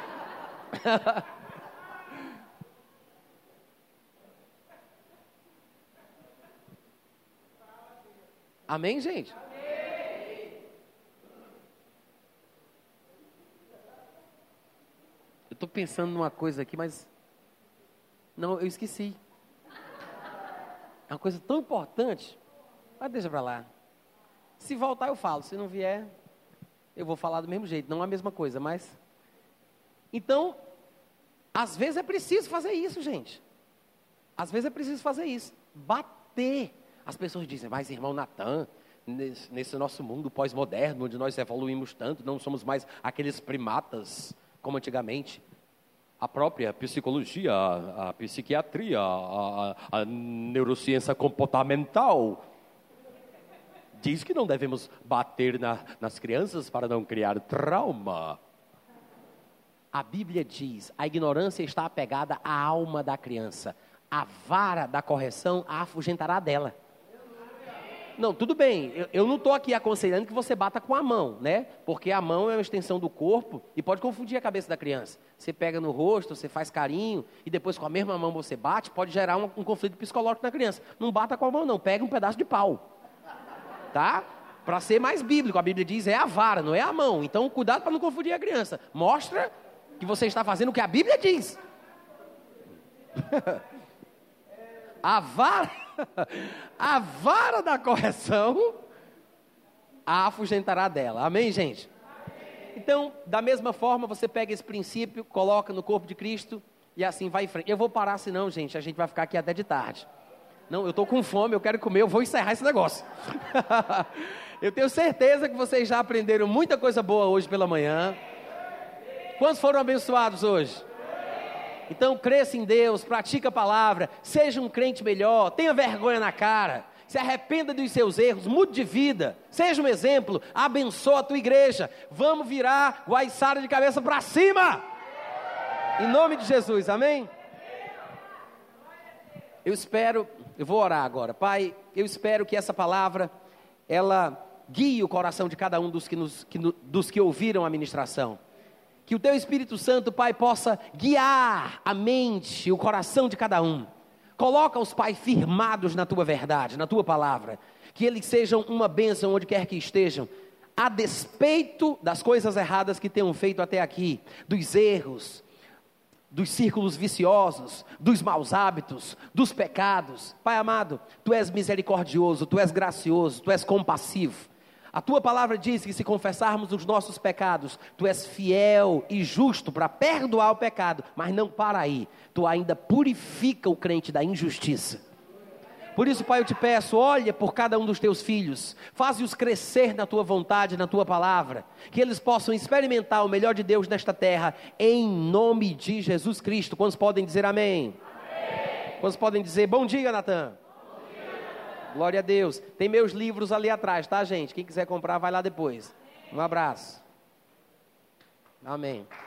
Amém, gente? Amém. Eu estou pensando numa coisa aqui, mas... Não, eu esqueci. É uma coisa tão importante. Mas deixa para lá. Se voltar eu falo, se não vier... Eu vou falar do mesmo jeito, não a mesma coisa, mas... Então, às vezes é preciso fazer isso, gente. Às vezes é preciso fazer isso. Bater. As pessoas dizem, mas irmão Natan, nesse nosso mundo pós-moderno, onde nós evoluímos tanto, não somos mais aqueles primatas como antigamente. A própria psicologia, a psiquiatria, a neurociência comportamental... diz que não devemos bater nas crianças para não criar trauma. A Bíblia diz, a ignorância está apegada à alma da criança. A vara da correção a afugentará dela. Não, tudo bem, eu não estou aqui aconselhando que você bata com a mão, né? Porque a mão é uma extensão do corpo e pode confundir a cabeça da criança. Você pega no rosto, você faz carinho e depois com a mesma mão você bate, pode gerar um conflito psicológico na criança. Não bata com a mão não, pega um pedaço de pau. Tá? Para ser mais bíblico, a Bíblia diz é a vara, não é a mão. Então, cuidado para não confundir a criança. Mostra que você está fazendo o que a Bíblia diz. A vara da correção a afugentará dela. Amém, gente? Amém. Então, da mesma forma, você pega esse princípio, coloca no corpo de Cristo e assim vai em frente. Eu vou parar, senão, gente, a gente vai ficar aqui até de tarde. Não, eu estou com fome, eu quero comer, eu vou encerrar esse negócio. Eu tenho certeza que vocês já aprenderam muita coisa boa hoje pela manhã. Quantos foram abençoados hoje? Então cresça em Deus, pratique a palavra, seja um crente melhor, tenha vergonha na cara, se arrependa dos seus erros, mude de vida, seja um exemplo, abençoa a tua igreja. Vamos virar Guaiçara de cabeça para cima, em nome de Jesus, amém? Eu vou orar agora. Pai, eu espero que essa palavra, ela guie o coração de cada um dos que ouviram a ministração. Que o Teu Espírito Santo, Pai, possa guiar a mente e o coração de cada um. Coloca-os, Pai, firmados na Tua verdade, na Tua palavra. Que eles sejam uma bênção onde quer que estejam, a despeito das coisas erradas que tenham feito até aqui, dos erros, dos círculos viciosos, dos maus hábitos, dos pecados. Pai amado, Tu és misericordioso, Tu és gracioso, Tu és compassivo. A Tua palavra diz que se confessarmos os nossos pecados, Tu és fiel e justo para perdoar o pecado, mas não para aí, Tu ainda purifica o crente da injustiça. Por isso, Pai, eu te peço, olha por cada um dos Teus filhos, faze-os crescer na Tua vontade, na Tua palavra, que eles possam experimentar o melhor de Deus nesta terra, em nome de Jesus Cristo. Quantos podem dizer amém? Amém. Quantos podem dizer bom dia, Natan? Bom dia, Natan. Glória a Deus. Tem meus livros ali atrás, tá, gente? Quem quiser comprar, vai lá depois. Um abraço. Amém.